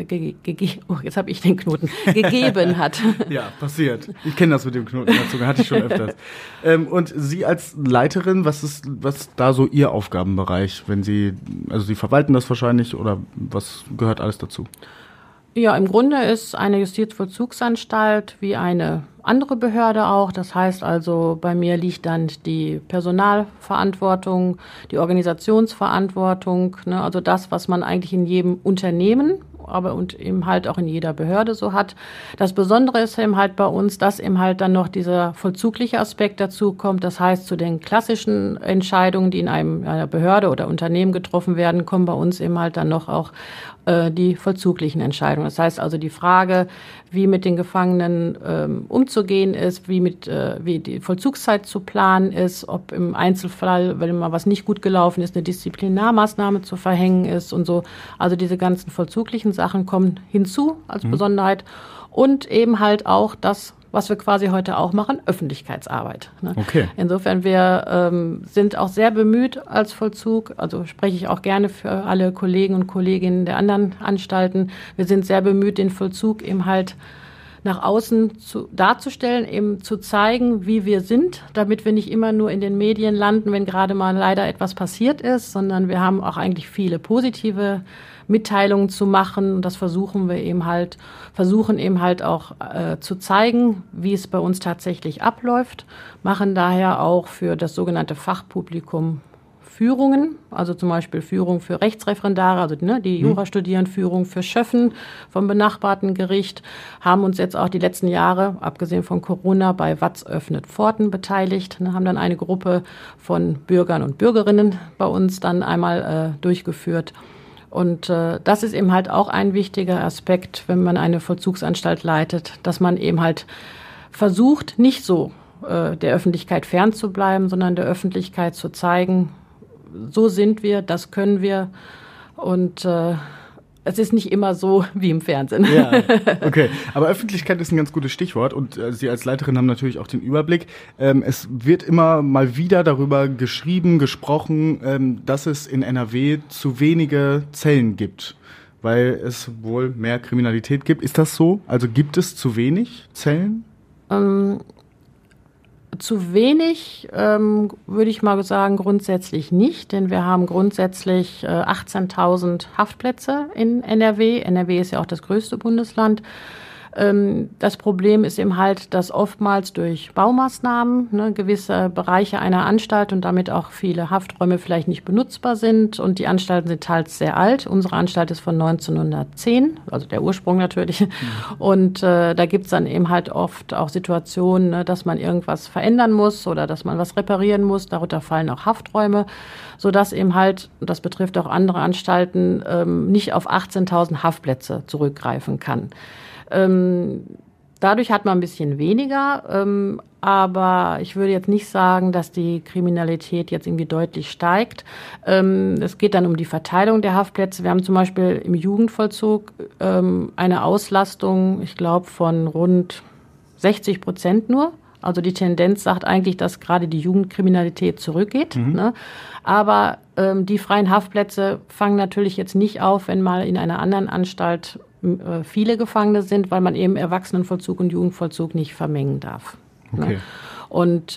jetzt habe ich den Knoten, gegeben hat.
Ja, passiert. Ich kenne das mit dem Knoten, hatte ich schon öfters. Und Sie als Leiterin, was ist da so Ihr Aufgabenbereich, wenn Sie verwalten das wahrscheinlich oder was gehört alles dazu?
Ja, im Grunde ist eine Justizvollzugsanstalt wie eine andere Behörde auch. Das heißt also, bei mir liegt dann die Personalverantwortung, die Organisationsverantwortung, also das, was man eigentlich in jedem Unternehmen, aber und eben halt auch in jeder Behörde so hat. Das Besondere ist eben halt bei uns, dass eben halt dann noch dieser vollzugliche Aspekt dazu kommt. Das heißt, zu den klassischen Entscheidungen, die in einer Behörde oder Unternehmen getroffen werden, kommen bei uns eben halt dann noch auch die vollzuglichen Entscheidungen. Das heißt also die Frage, wie mit den Gefangenen umzugehen ist, wie die Vollzugszeit zu planen ist, ob im Einzelfall, wenn mal was nicht gut gelaufen ist, eine Disziplinarmaßnahme zu verhängen ist und so. Also diese ganzen vollzuglichen Sachen kommen hinzu als Besonderheit und eben halt auch das, was wir quasi heute auch machen, Öffentlichkeitsarbeit.
Okay.
Insofern, wir sind auch sehr bemüht als Vollzug, also spreche ich auch gerne für alle Kollegen und Kolleginnen der anderen Anstalten, wir sind sehr bemüht, den Vollzug eben halt nach außen darzustellen, eben zu zeigen, wie wir sind, damit wir nicht immer nur in den Medien landen, wenn gerade mal leider etwas passiert ist, sondern wir haben auch eigentlich viele positive Mitteilungen zu machen. Das versuchen eben halt auch zu zeigen, wie es bei uns tatsächlich abläuft, machen daher auch für das sogenannte Fachpublikum Führungen, also zum Beispiel Führung für Rechtsreferendare, also die Jura studieren, Führung für Schöffen vom benachbarten Gericht, haben uns jetzt auch die letzten Jahre, abgesehen von Corona, bei Watz öffnet Pforten beteiligt, haben dann eine Gruppe von Bürgern und Bürgerinnen bei uns dann einmal durchgeführt. Und das ist eben halt auch ein wichtiger Aspekt, wenn man eine Vollzugsanstalt leitet, dass man eben halt versucht, nicht so der Öffentlichkeit fernzubleiben, sondern der Öffentlichkeit zu zeigen, so sind wir, das können wir und es ist nicht immer so wie im Fernsehen.
Ja, okay. Aber Öffentlichkeit ist ein ganz gutes Stichwort und Sie als Leiterin haben natürlich auch den Überblick. Es wird immer mal wieder darüber geschrieben, gesprochen, dass es in NRW zu wenige Zellen gibt, weil es wohl mehr Kriminalität gibt. Ist das so? Also gibt es zu wenig Zellen?
Zu wenig würde ich mal sagen, grundsätzlich nicht, denn wir haben grundsätzlich 18.000 Haftplätze in NRW. NRW ist ja auch das größte Bundesland. Das Problem ist eben halt, dass oftmals durch Baumaßnahmen gewisse Bereiche einer Anstalt und damit auch viele Hafträume vielleicht nicht benutzbar sind. Und die Anstalten sind teils sehr alt. Unsere Anstalt ist von 1910, also der Ursprung natürlich. Mhm. Und da gibt's dann eben halt oft auch Situationen, dass man irgendwas verändern muss oder dass man was reparieren muss. Darunter fallen auch Hafträume, sodass eben halt, das betrifft auch andere Anstalten, nicht auf 18.000 Haftplätze zurückgreifen kann. Dadurch hat man ein bisschen weniger, aber ich würde jetzt nicht sagen, dass die Kriminalität jetzt irgendwie deutlich steigt. Es geht dann um die Verteilung der Haftplätze. Wir haben zum Beispiel im Jugendvollzug eine Auslastung, ich glaube, von rund 60% nur. Also die Tendenz sagt eigentlich, dass gerade die Jugendkriminalität zurückgeht. Mhm. Ne? Aber die freien Haftplätze fangen natürlich jetzt nicht auf, wenn mal in einer anderen Anstalt viele Gefangene sind, weil man eben Erwachsenenvollzug und Jugendvollzug nicht vermengen darf. Okay. Ne? Und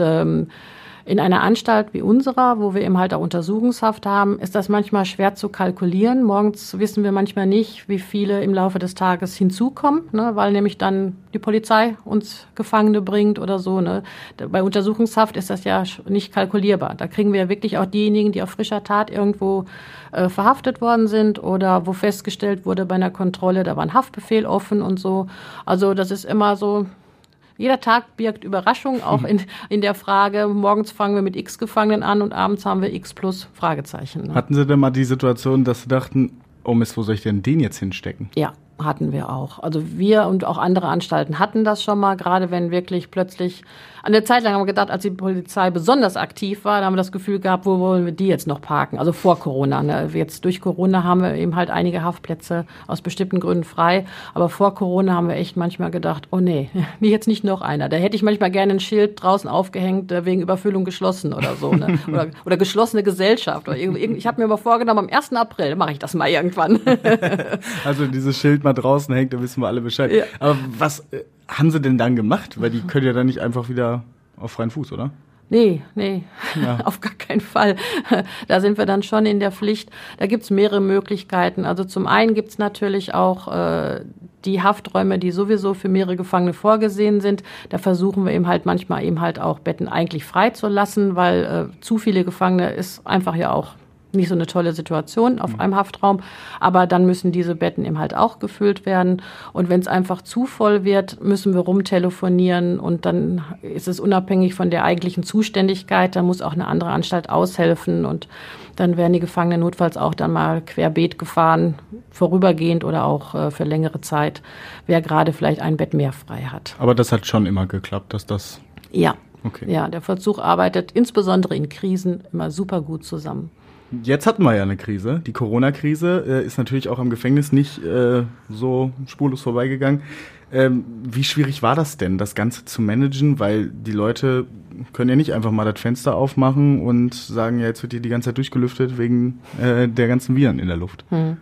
in einer Anstalt wie unserer, wo wir eben halt auch Untersuchungshaft haben, ist das manchmal schwer zu kalkulieren. Morgens wissen wir manchmal nicht, wie viele im Laufe des Tages hinzukommen, ne, weil nämlich dann die Polizei uns Gefangene bringt oder so. Ne. Bei Untersuchungshaft ist das ja nicht kalkulierbar. Da kriegen wir ja wirklich auch diejenigen, die auf frischer Tat irgendwo verhaftet worden sind oder wo festgestellt wurde bei einer Kontrolle, da war ein Haftbefehl offen und so. Also das ist immer so. Jeder Tag birgt Überraschungen, auch in der Frage, morgens fangen wir mit X Gefangenen an und abends haben wir X plus Fragezeichen. Ne?
Hatten Sie denn mal die Situation, dass Sie dachten, oh Mist, wo soll ich denn den jetzt hinstecken?
Ja, hatten wir auch. Also wir und auch andere Anstalten hatten das schon mal, gerade wenn wirklich plötzlich, eine Zeit lang haben wir gedacht, als die Polizei besonders aktiv war, da haben wir das Gefühl gehabt, wo wollen wir die jetzt noch parken? Also vor Corona. Ne? Jetzt durch Corona haben wir eben halt einige Haftplätze aus bestimmten Gründen frei, aber vor Corona haben wir echt manchmal gedacht, oh nee, jetzt nicht noch einer. Da hätte ich manchmal gerne ein Schild draußen aufgehängt, wegen Überfüllung geschlossen oder so. Ne? Oder geschlossene Gesellschaft. Oder ich habe mir mal vorgenommen, am 1. April mache ich das mal irgendwann.
Also dieses Schild mal draußen hängt, da wissen wir alle Bescheid. Ja. Aber was haben Sie denn dann gemacht? Weil die können ja dann nicht einfach wieder auf freien Fuß, oder?
Nee, ja. Auf gar keinen Fall. Da sind wir dann schon in der Pflicht. Da gibt's mehrere Möglichkeiten. Also zum einen gibt's natürlich auch die Hafträume, die sowieso für mehrere Gefangene vorgesehen sind. Da versuchen wir eben halt manchmal eben halt auch Betten eigentlich frei zu lassen, weil zu viele Gefangene ist einfach ja auch nicht so eine tolle Situation auf einem Haftraum, aber dann müssen diese Betten eben halt auch gefüllt werden und wenn es einfach zu voll wird, müssen wir rumtelefonieren und dann ist es unabhängig von der eigentlichen Zuständigkeit, da muss auch eine andere Anstalt aushelfen und dann werden die Gefangenen notfalls auch dann mal querbeet gefahren, vorübergehend oder auch für längere Zeit, wer gerade vielleicht ein Bett mehr frei hat.
Aber das hat schon immer geklappt, dass das...
Ja,
okay.
Ja, der Vollzug arbeitet insbesondere in Krisen immer super gut zusammen.
Jetzt hatten wir ja eine Krise. Die Corona-Krise ist natürlich auch am Gefängnis nicht so spurlos vorbeigegangen. Wie schwierig war das denn, das Ganze zu managen? Weil die Leute können ja nicht einfach mal das Fenster aufmachen und sagen, ja, jetzt wird hier die ganze Zeit durchgelüftet wegen der ganzen Viren in der Luft.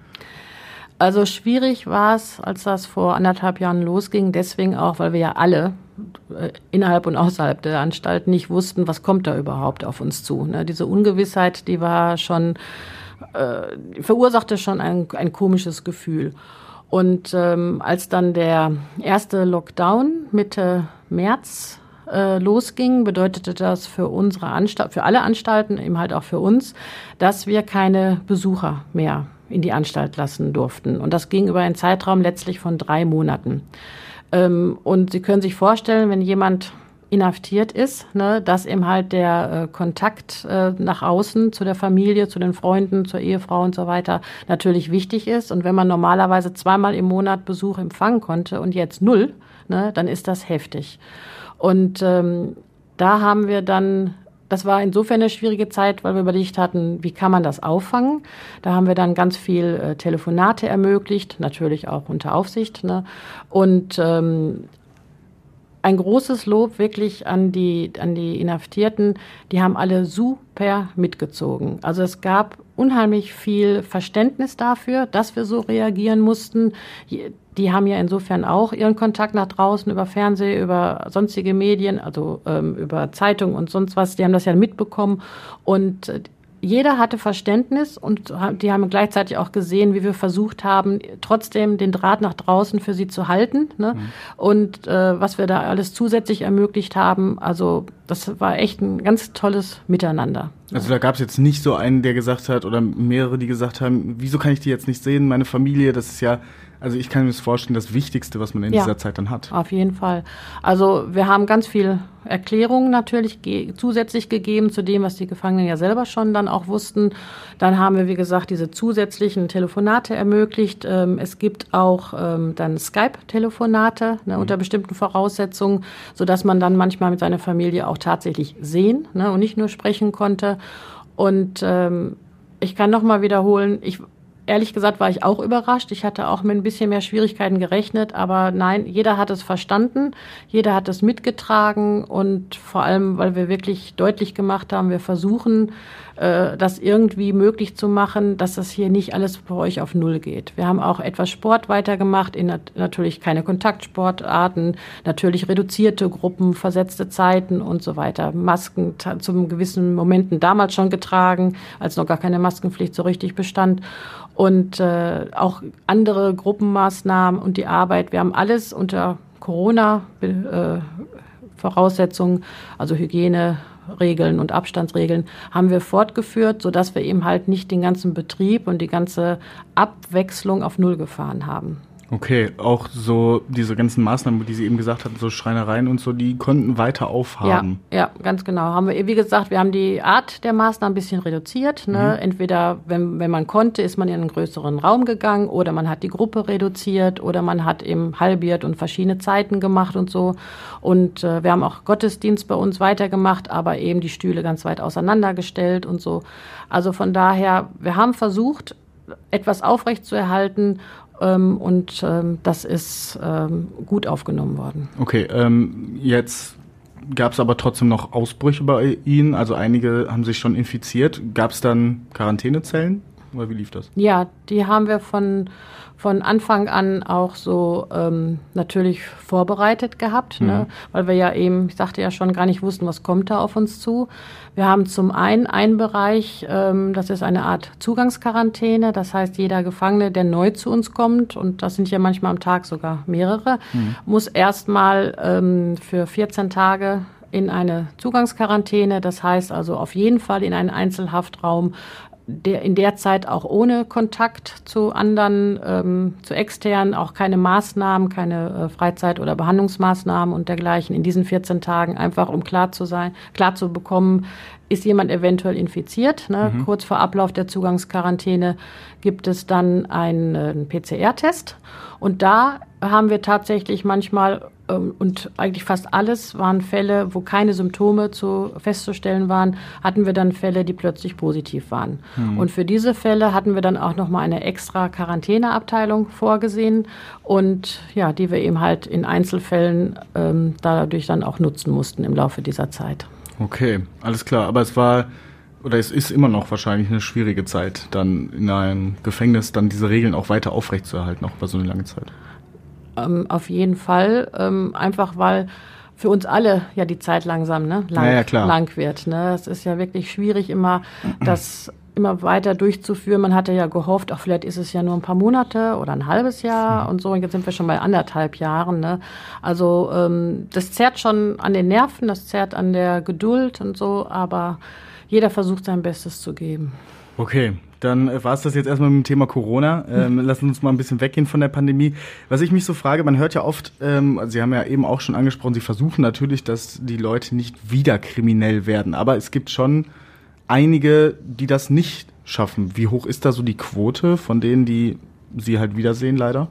Also schwierig war es, als das vor 1,5 Jahren losging, deswegen auch, weil wir ja alle innerhalb und außerhalb der Anstalt nicht wussten, was kommt da überhaupt auf uns zu. Ne? Diese Ungewissheit, die war schon, verursachte schon ein komisches Gefühl. Und als dann der erste Lockdown Mitte März losging, bedeutete das für unsere Anstalt, für alle Anstalten, eben halt auch für uns, dass wir keine Besucher mehr in die Anstalt lassen durften. Und das ging über einen Zeitraum letztlich von 3 Monaten. Und Sie können sich vorstellen, wenn jemand inhaftiert ist, ne, dass eben halt der Kontakt nach außen zu der Familie, zu den Freunden, zur Ehefrau und so weiter natürlich wichtig ist. Und wenn man normalerweise 2-mal im Monat Besuch empfangen konnte und jetzt 0, ne, dann ist das heftig. Und da haben wir dann das war insofern eine schwierige Zeit, weil wir überlegt hatten, wie kann man das auffangen. Da haben wir dann ganz viel Telefonate ermöglicht, natürlich auch unter Aufsicht. Ne? Und ein großes Lob wirklich an die Inhaftierten. Die haben alle super mitgezogen. Also es gab unheimlich viel Verständnis dafür, dass wir so reagieren mussten. Die haben ja insofern auch ihren Kontakt nach draußen über Fernsehen, über sonstige Medien, also über Zeitungen und sonst was. Die haben das ja mitbekommen und jeder hatte Verständnis und die haben gleichzeitig auch gesehen, wie wir versucht haben, trotzdem den Draht nach draußen für sie zu halten. Ne? Mhm. Und was wir da alles zusätzlich ermöglicht haben, also das war echt ein ganz tolles Miteinander.
Also da gab es jetzt nicht so einen, der gesagt hat, oder mehrere, die gesagt haben, wieso kann ich die jetzt nicht sehen, meine Familie, das ist ja... Also ich kann mir das vorstellen, das Wichtigste, was man in dieser Zeit dann hat.
Auf jeden Fall. Also wir haben ganz viel Erklärungen natürlich zusätzlich gegeben zu dem, was die Gefangenen ja selber schon dann auch wussten. Dann haben wir, wie gesagt, diese zusätzlichen Telefonate ermöglicht. Es gibt auch dann Skype-Telefonate unter bestimmten Voraussetzungen, sodass man dann manchmal mit seiner Familie auch tatsächlich sehen und nicht nur sprechen konnte. Und ich kann nochmal wiederholen, ehrlich gesagt war ich auch überrascht. Ich hatte auch mit ein bisschen mehr Schwierigkeiten gerechnet. Aber nein, jeder hat es verstanden. Jeder hat es mitgetragen. Und vor allem, weil wir wirklich deutlich gemacht haben, wir versuchen, das irgendwie möglich zu machen, dass das hier nicht alles bei euch auf Null geht. Wir haben auch etwas Sport weitergemacht, natürlich keine Kontaktsportarten, natürlich reduzierte Gruppen, versetzte Zeiten und so weiter. Masken zum gewissen Momenten damals schon getragen, als noch gar keine Maskenpflicht so richtig bestand. Und auch andere Gruppenmaßnahmen und die Arbeit. Wir haben alles unter Corona-Voraussetzungen, also Hygieneregeln und Abstandsregeln, haben wir fortgeführt, sodass wir eben halt nicht den ganzen Betrieb und die ganze Abwechslung auf Null gefahren haben.
Okay, auch so diese ganzen Maßnahmen, die Sie eben gesagt hatten, so Schreinereien und so, die konnten weiter aufhaben.
Ja, ganz genau. Haben wir, wie gesagt, wir haben die Art der Maßnahmen ein bisschen reduziert. Ne? Entweder, wenn man konnte, ist man in einen größeren Raum gegangen oder man hat die Gruppe reduziert oder man hat eben halbiert und verschiedene Zeiten gemacht und so. Und wir haben auch Gottesdienst bei uns weitergemacht, aber eben die Stühle ganz weit auseinandergestellt und so. Also von daher, wir haben versucht, etwas aufrechtzuerhalten. Und das ist gut aufgenommen worden.
Okay, jetzt gab es aber trotzdem noch Ausbrüche bei Ihnen, also einige haben sich schon infiziert. Gab es dann Quarantänezellen oder wie lief das?
Ja, die haben wir von Anfang an auch so natürlich vorbereitet gehabt, ne? Weil wir ja eben, ich sagte ja schon, gar nicht wussten, was kommt da auf uns zu. Wir haben zum einen Bereich, das ist eine Art Zugangsquarantäne, das heißt, jeder Gefangene, der neu zu uns kommt, und das sind ja manchmal am Tag sogar mehrere, muss erstmal für 14 Tage in eine Zugangsquarantäne, das heißt also auf jeden Fall in einen Einzelhaftraum, der in der Zeit auch ohne Kontakt zu anderen, zu externen, auch keine Maßnahmen, keine Freizeit- oder Behandlungsmaßnahmen und dergleichen in diesen 14 Tagen, einfach um klar zu bekommen, ist jemand eventuell infiziert. Ne? Kurz vor Ablauf der Zugangsquarantäne gibt es dann einen PCR-Test und da haben wir tatsächlich manchmal und eigentlich fast alles waren Fälle, wo keine Symptome festzustellen waren, hatten wir dann Fälle, die plötzlich positiv waren. Und für diese Fälle hatten wir dann auch nochmal eine extra Quarantäneabteilung vorgesehen und ja, die wir eben halt in Einzelfällen dadurch dann auch nutzen mussten im Laufe dieser Zeit.
Okay, alles klar. Aber es ist immer noch wahrscheinlich eine schwierige Zeit, dann in einem Gefängnis dann diese Regeln auch weiter aufrechtzuerhalten, auch über so eine lange Zeit.
Auf jeden Fall, einfach weil für uns alle ja die Zeit langsam lang wird. Ne? Es ist ja wirklich schwierig, das immer weiter durchzuführen. Man hatte ja gehofft, vielleicht ist es ja nur ein paar Monate oder ein halbes Jahr und so. Und jetzt sind wir schon bei 1,5 Jahren. Ne? Also das zerrt schon an den Nerven, das zerrt an der Geduld und so. Aber jeder versucht sein Bestes zu geben.
Okay, dann war es das jetzt erstmal mit dem Thema Corona. Lassen uns mal ein bisschen weggehen von der Pandemie. Was ich mich so frage, man hört ja oft, Sie haben ja eben auch schon angesprochen, Sie versuchen natürlich, dass die Leute nicht wieder kriminell werden. Aber es gibt schon einige, die das nicht schaffen. Wie hoch ist da so die Quote von denen, die Sie halt wiedersehen, leider?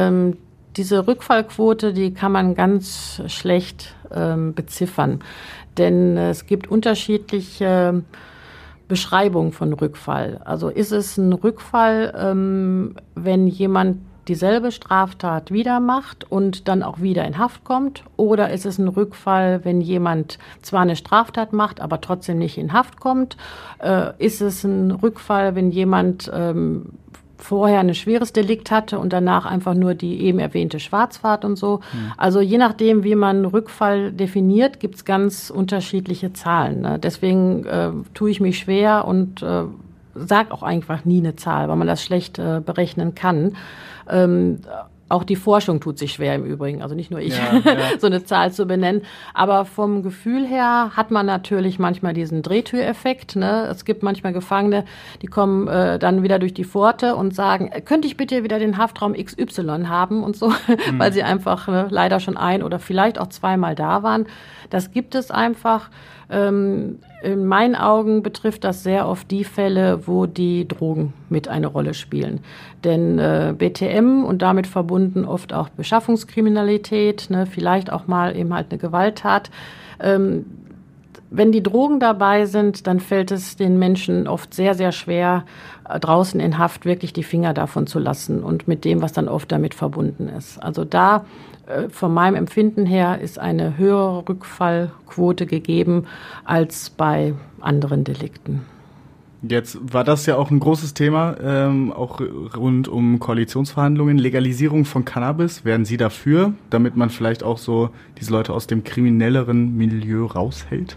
Diese Rückfallquote, die kann man ganz schlecht beziffern. Denn es gibt unterschiedliche Beschreibung von Rückfall. Also ist es ein Rückfall, wenn jemand dieselbe Straftat wieder macht und dann auch wieder in Haft kommt? Oder ist es ein Rückfall, wenn jemand zwar eine Straftat macht, aber trotzdem nicht in Haft kommt? Ist es ein Rückfall, wenn jemand vorher ein schweres Delikt hatte und danach einfach nur die eben erwähnte Schwarzfahrt und so? Also je nachdem, wie man Rückfall definiert, gibt's ganz unterschiedliche Zahlen. Ne? Deswegen tue ich mich schwer und sage auch einfach nie eine Zahl, weil man das schlecht berechnen kann. Auch die Forschung tut sich schwer im Übrigen, also nicht nur ich, so eine Zahl zu benennen. Aber vom Gefühl her hat man natürlich manchmal diesen Drehtüreffekt. Ne? Es gibt manchmal Gefangene, die kommen dann wieder durch die Pforte und sagen, könnte ich bitte wieder den Haftraum XY haben und so, weil sie einfach leider schon ein oder vielleicht auch zweimal da waren. Das gibt es einfach. In meinen Augen betrifft das sehr oft die Fälle, wo die Drogen mit eine Rolle spielen. Denn BTM und damit verbunden oft auch Beschaffungskriminalität, ne, vielleicht auch mal eben halt eine Gewalttat. Wenn die Drogen dabei sind, dann fällt es den Menschen oft sehr, sehr schwer, draußen in Haft wirklich die Finger davon zu lassen und mit dem, was dann oft damit verbunden ist. Also da von meinem Empfinden her ist eine höhere Rückfallquote gegeben als bei anderen Delikten.
Jetzt war das ja auch ein großes Thema, auch rund um Koalitionsverhandlungen. Legalisierung von Cannabis, wären Sie dafür, damit man vielleicht auch so diese Leute aus dem kriminelleren Milieu raushält?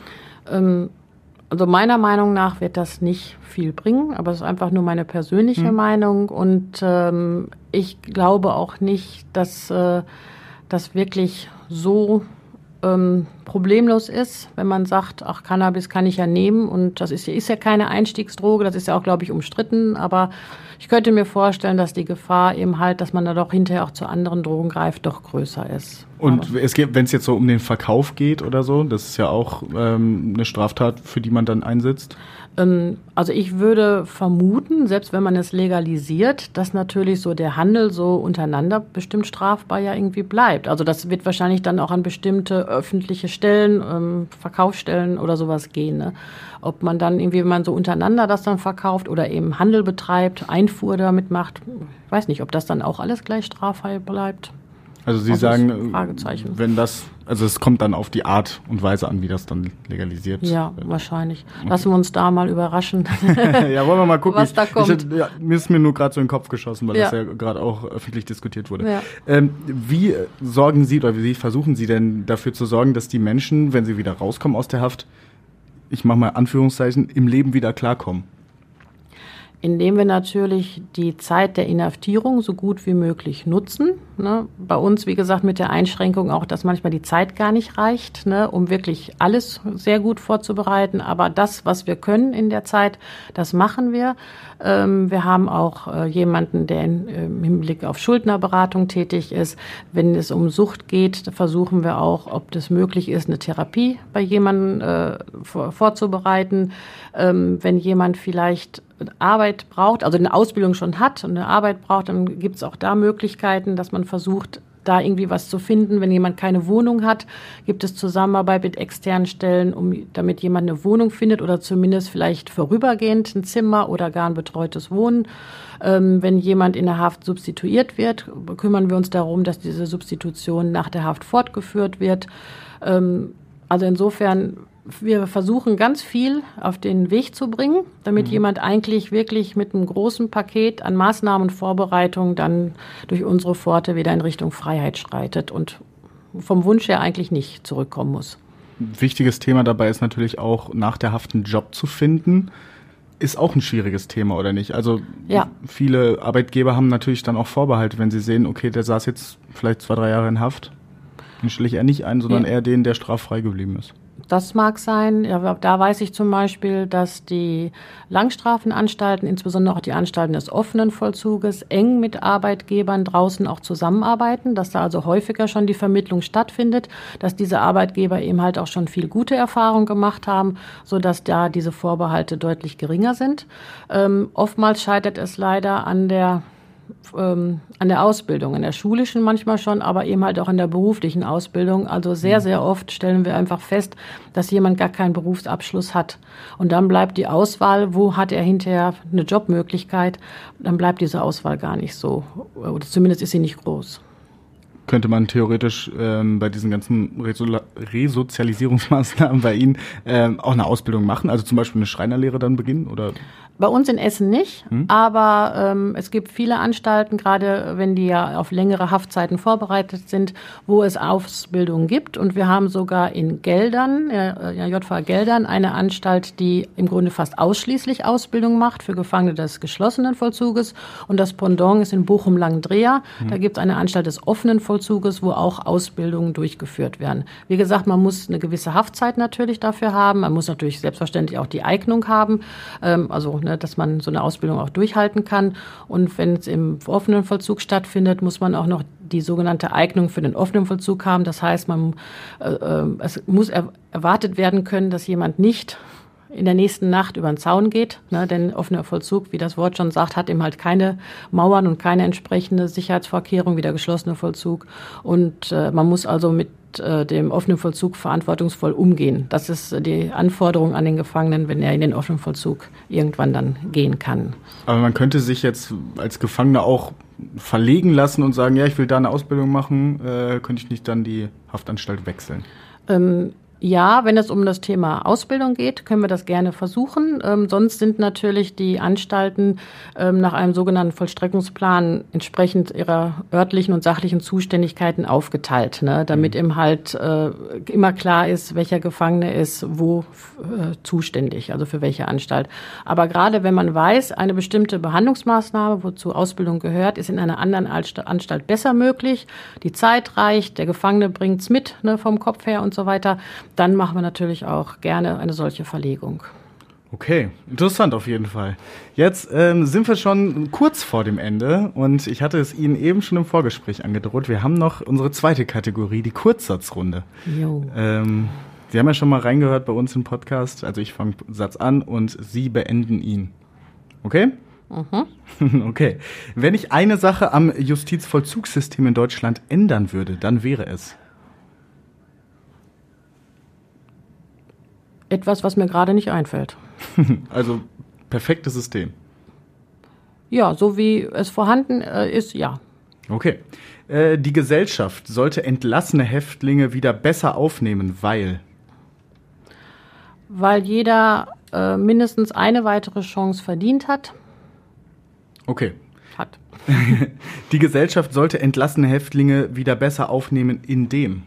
Also meiner Meinung nach wird das nicht viel bringen, aber es ist einfach nur meine persönliche Meinung und ich glaube auch nicht, dass das wirklich so problemlos ist, wenn man sagt, ach, Cannabis kann ich ja nehmen und das ist ja keine Einstiegsdroge, das ist ja auch, glaube ich, umstritten, aber ich könnte mir vorstellen, dass die Gefahr eben halt, dass man da doch hinterher auch zu anderen Drogen greift, doch größer ist.
Und wenn es jetzt so um den Verkauf geht oder so, das ist ja auch eine Straftat, für die man dann einsetzt?
Also ich würde vermuten, selbst wenn man es legalisiert, dass natürlich so der Handel so untereinander bestimmt strafbar ja irgendwie bleibt. Also das wird wahrscheinlich dann auch an bestimmte öffentliche Stellen, Verkaufsstellen oder sowas gehen. Ne? Ob man dann irgendwie, wenn man so untereinander das dann verkauft oder eben Handel betreibt, Einfuhr damit macht, ich weiß nicht, ob das dann auch alles gleich straffrei bleibt.
Also Sie sagen, wenn das, also es kommt dann auf die Art und Weise an, wie das dann legalisiert wird.
Ja, wahrscheinlich. Okay. Lassen wir uns da mal überraschen.
Ja, wollen wir mal gucken,
was da kommt.
Mir ist mir nur gerade so in den Kopf geschossen, weil das ja gerade auch öffentlich diskutiert wurde. Ja. Wie sorgen Sie oder wie versuchen Sie denn dafür zu sorgen, dass die Menschen, wenn sie wieder rauskommen aus der Haft, ich mache mal Anführungszeichen, im Leben wieder klarkommen?
Indem wir natürlich die Zeit der Inhaftierung so gut wie möglich nutzen. Ne? Bei uns, wie gesagt, mit der Einschränkung auch, dass manchmal die Zeit gar nicht reicht, ne, um wirklich alles sehr gut vorzubereiten. Aber das, was wir können in der Zeit, das machen wir. Wir haben auch jemanden, der im Hinblick auf Schuldnerberatung tätig ist. Wenn es um Sucht geht, versuchen wir auch, ob das möglich ist, eine Therapie bei jemandem vorzubereiten. Wenn jemand vielleicht Arbeit braucht, also eine Ausbildung schon hat und eine Arbeit braucht, dann gibt es auch da Möglichkeiten, dass man versucht, da irgendwie was zu finden. Wenn jemand keine Wohnung hat, gibt es Zusammenarbeit mit externen Stellen, damit jemand eine Wohnung findet oder zumindest vielleicht vorübergehend ein Zimmer oder gar ein betreutes Wohnen. Wenn jemand in der Haft substituiert wird, kümmern wir uns darum, dass diese Substitution nach der Haft fortgeführt wird. Also insofern, wir versuchen ganz viel auf den Weg zu bringen, damit jemand eigentlich wirklich mit einem großen Paket an Maßnahmen und Vorbereitungen dann durch unsere Pforte wieder in Richtung Freiheit schreitet und vom Wunsch her eigentlich nicht zurückkommen muss.
Ein wichtiges Thema dabei ist natürlich auch, nach der Haft einen Job zu finden. Ist auch ein schwieriges Thema, oder nicht? Also viele Arbeitgeber haben natürlich dann auch Vorbehalte, wenn sie sehen, okay, der saß jetzt vielleicht 2-3 Jahre in Haft. Den stelle ich eher nicht ein, sondern eher den, der straffrei geblieben ist.
Das mag sein. Ja, da weiß ich zum Beispiel, dass die Langstrafenanstalten, insbesondere auch die Anstalten des offenen Vollzuges, eng mit Arbeitgebern draußen auch zusammenarbeiten, dass da also häufiger schon die Vermittlung stattfindet, dass diese Arbeitgeber eben halt auch schon viel gute Erfahrungen gemacht haben, sodass da diese Vorbehalte deutlich geringer sind. Oftmals scheitert es leider an der an der Ausbildung, in der schulischen manchmal schon, aber eben halt auch in der beruflichen Ausbildung. Also sehr, sehr oft stellen wir einfach fest, dass jemand gar keinen Berufsabschluss hat. Und dann bleibt die Auswahl, wo hat er hinterher eine Jobmöglichkeit, dann bleibt diese Auswahl gar nicht so, oder zumindest ist sie nicht groß.
Könnte man theoretisch bei diesen ganzen Resozialisierungsmaßnahmen bei Ihnen auch eine Ausbildung machen? Also zum Beispiel eine Schreinerlehre dann beginnen? Oder?
Bei uns in Essen nicht, aber es gibt viele Anstalten, gerade wenn die ja auf längere Haftzeiten vorbereitet sind, wo es Ausbildungen gibt. Und wir haben sogar in Geldern, JVA Geldern, eine Anstalt, die im Grunde fast ausschließlich Ausbildung macht für Gefangene des geschlossenen Vollzuges. Und das Pendant ist in Bochum-Langendreher. Da gibt es eine Anstalt des offenen Vollzuges, wo auch Ausbildungen durchgeführt werden. Wie gesagt, man muss eine gewisse Haftzeit natürlich dafür haben. Man muss natürlich selbstverständlich auch die Eignung haben. Dass man so eine Ausbildung auch durchhalten kann. Und wenn es im offenen Vollzug stattfindet, muss man auch noch die sogenannte Eignung für den offenen Vollzug haben. Das heißt, es muss erwartet werden können, dass jemand nicht in der nächsten Nacht über den Zaun geht, denn offener Vollzug, wie das Wort schon sagt, hat eben halt keine Mauern und keine entsprechende Sicherheitsvorkehrung wie der geschlossene Vollzug. Und man muss also mit dem offenen Vollzug verantwortungsvoll umgehen. Das ist die Anforderung an den Gefangenen, wenn er in den offenen Vollzug irgendwann dann gehen kann.
Aber man könnte sich jetzt als Gefangener auch verlegen lassen und sagen, ja, ich will da eine Ausbildung machen, könnte ich nicht dann die Haftanstalt wechseln?
Ja, wenn es um das Thema Ausbildung geht, können wir das gerne versuchen. Sonst sind natürlich die Anstalten nach einem sogenannten Vollstreckungsplan entsprechend ihrer örtlichen und sachlichen Zuständigkeiten aufgeteilt, damit eben halt immer klar ist, welcher Gefangene ist wo zuständig, also für welche Anstalt. Aber gerade wenn man weiß, eine bestimmte Behandlungsmaßnahme, wozu Ausbildung gehört, ist in einer anderen Anstalt besser möglich, die Zeit reicht, der Gefangene bringt's mit, vom Kopf her und so weiter, dann machen wir natürlich auch gerne eine solche Verlegung.
Okay, interessant auf jeden Fall. Jetzt sind wir schon kurz vor dem Ende und ich hatte es Ihnen eben schon im Vorgespräch angedroht. Wir haben noch unsere zweite Kategorie, die Kurzsatzrunde.
Jo.
Sie haben ja schon mal reingehört bei uns im Podcast. Also ich fange Satz an und Sie beenden ihn. Okay? Okay. Wenn ich eine Sache am Justizvollzugssystem in Deutschland ändern würde, dann wäre es...
Etwas, was mir gerade nicht einfällt.
Also perfektes System.
Ja, so wie es vorhanden ist, ja.
Okay. Die Gesellschaft sollte entlassene Häftlinge wieder besser aufnehmen, weil
jeder mindestens eine weitere Chance verdient hat.
Okay.
Hat.
Die Gesellschaft sollte entlassene Häftlinge wieder besser aufnehmen, indem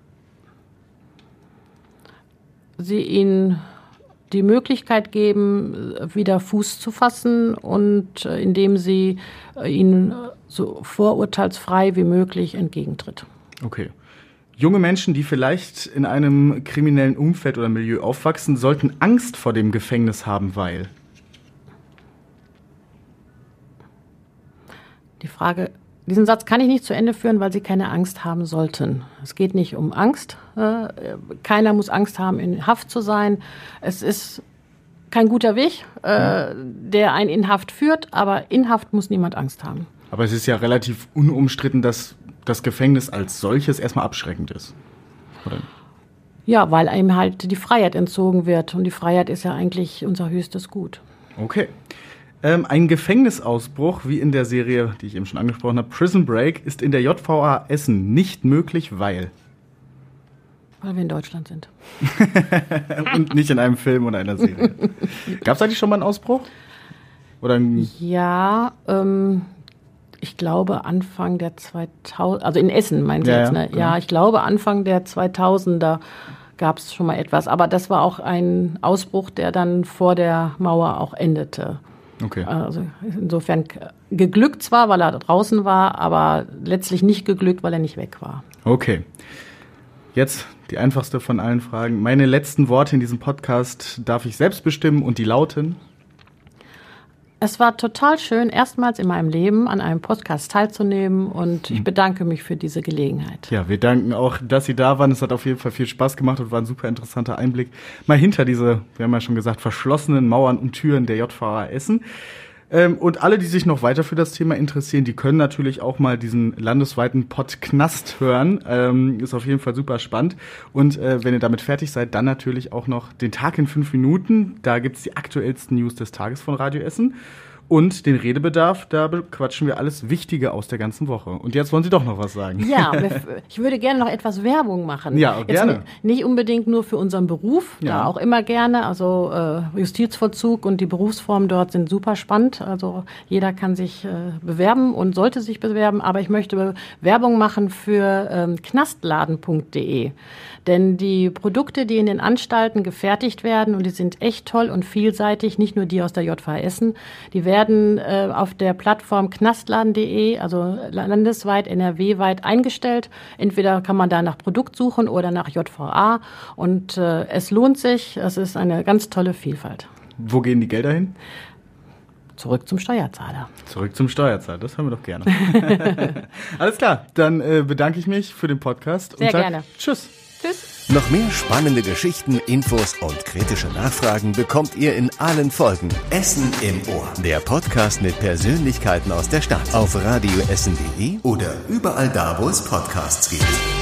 sie ihnen die Möglichkeit geben, wieder Fuß zu fassen und indem sie ihnen so vorurteilsfrei wie möglich entgegentritt.
Okay. Junge Menschen, die vielleicht in einem kriminellen Umfeld oder Milieu aufwachsen, sollten Angst vor dem Gefängnis haben, weil?
Diesen Satz kann ich nicht zu Ende führen, weil sie keine Angst haben sollten. Es geht nicht um Angst. Keiner muss Angst haben, in Haft zu sein. Es ist kein guter Weg, der einen in Haft führt, aber in Haft muss niemand Angst haben.
Aber es ist ja relativ unumstritten, dass das Gefängnis als solches erstmal abschreckend ist, oder?
Ja, weil einem halt die Freiheit entzogen wird. Und die Freiheit ist ja eigentlich unser höchstes Gut.
Okay. Ein Gefängnisausbruch, wie in der Serie, die ich eben schon angesprochen habe, Prison Break, ist in der JVA Essen nicht möglich, weil
wir in Deutschland sind.
Und nicht in einem Film oder einer Serie. Gab es eigentlich schon mal einen Ausbruch? Oder
ja, ich glaube Anfang der 2000, also in Essen meinen Sie jetzt, ne? Genau. Ja, ich glaube Anfang der 2000er gab es schon mal etwas. Aber das war auch ein Ausbruch, der dann vor der Mauer auch endete.
Okay.
Also insofern geglückt zwar, weil er draußen war, aber letztlich nicht geglückt, weil er nicht weg war.
Okay. Jetzt die einfachste von allen Fragen. Meine letzten Worte in diesem Podcast darf ich selbst bestimmen und die lauten:
Es war total schön, erstmals in meinem Leben an einem Podcast teilzunehmen und ich bedanke mich für diese Gelegenheit.
Ja, wir danken auch, dass Sie da waren. Es hat auf jeden Fall viel Spaß gemacht und war ein super interessanter Einblick mal hinter diese, wir haben ja schon gesagt, verschlossenen Mauern und Türen der JVA Essen. Und alle, die sich noch weiter für das Thema interessieren, die können natürlich auch mal diesen landesweiten Podcast hören. Ist auf jeden Fall super spannend. Und wenn ihr damit fertig seid, dann natürlich auch noch den Tag in 5 Minuten. Da gibt's die aktuellsten News des Tages von Radio Essen. Und den Redebedarf, da bequatschen wir alles Wichtige aus der ganzen Woche. Und jetzt wollen Sie doch noch was sagen.
Ja, ich würde gerne noch etwas Werbung machen.
Ja, gerne.
Jetzt nicht unbedingt nur für unseren Beruf, da auch immer gerne. Also Justizvollzug und die Berufsformen dort sind super spannend. Also jeder kann sich bewerben und sollte sich bewerben. Aber ich möchte Werbung machen für knastladen.de. Denn die Produkte, die in den Anstalten gefertigt werden, und die sind echt toll und vielseitig, nicht nur die aus der JVA Essen, die werden auf der Plattform knastladen.de, also landesweit, NRW-weit eingestellt. Entweder kann man da nach Produkt suchen oder nach JVA. Und es lohnt sich, es ist eine ganz tolle Vielfalt.
Wo gehen die Gelder hin?
Zurück zum Steuerzahler.
Zurück zum Steuerzahler, das hören wir doch gerne. Alles klar, dann bedanke ich mich für den Podcast.
Sehr gerne.
Tschüss.
Tschüss.
Noch mehr spannende Geschichten, Infos und kritische Nachfragen bekommt ihr in allen Folgen. Essen im Ohr. Der Podcast mit Persönlichkeiten aus der Stadt. Auf radioessen.de oder überall da, wo es Podcasts gibt.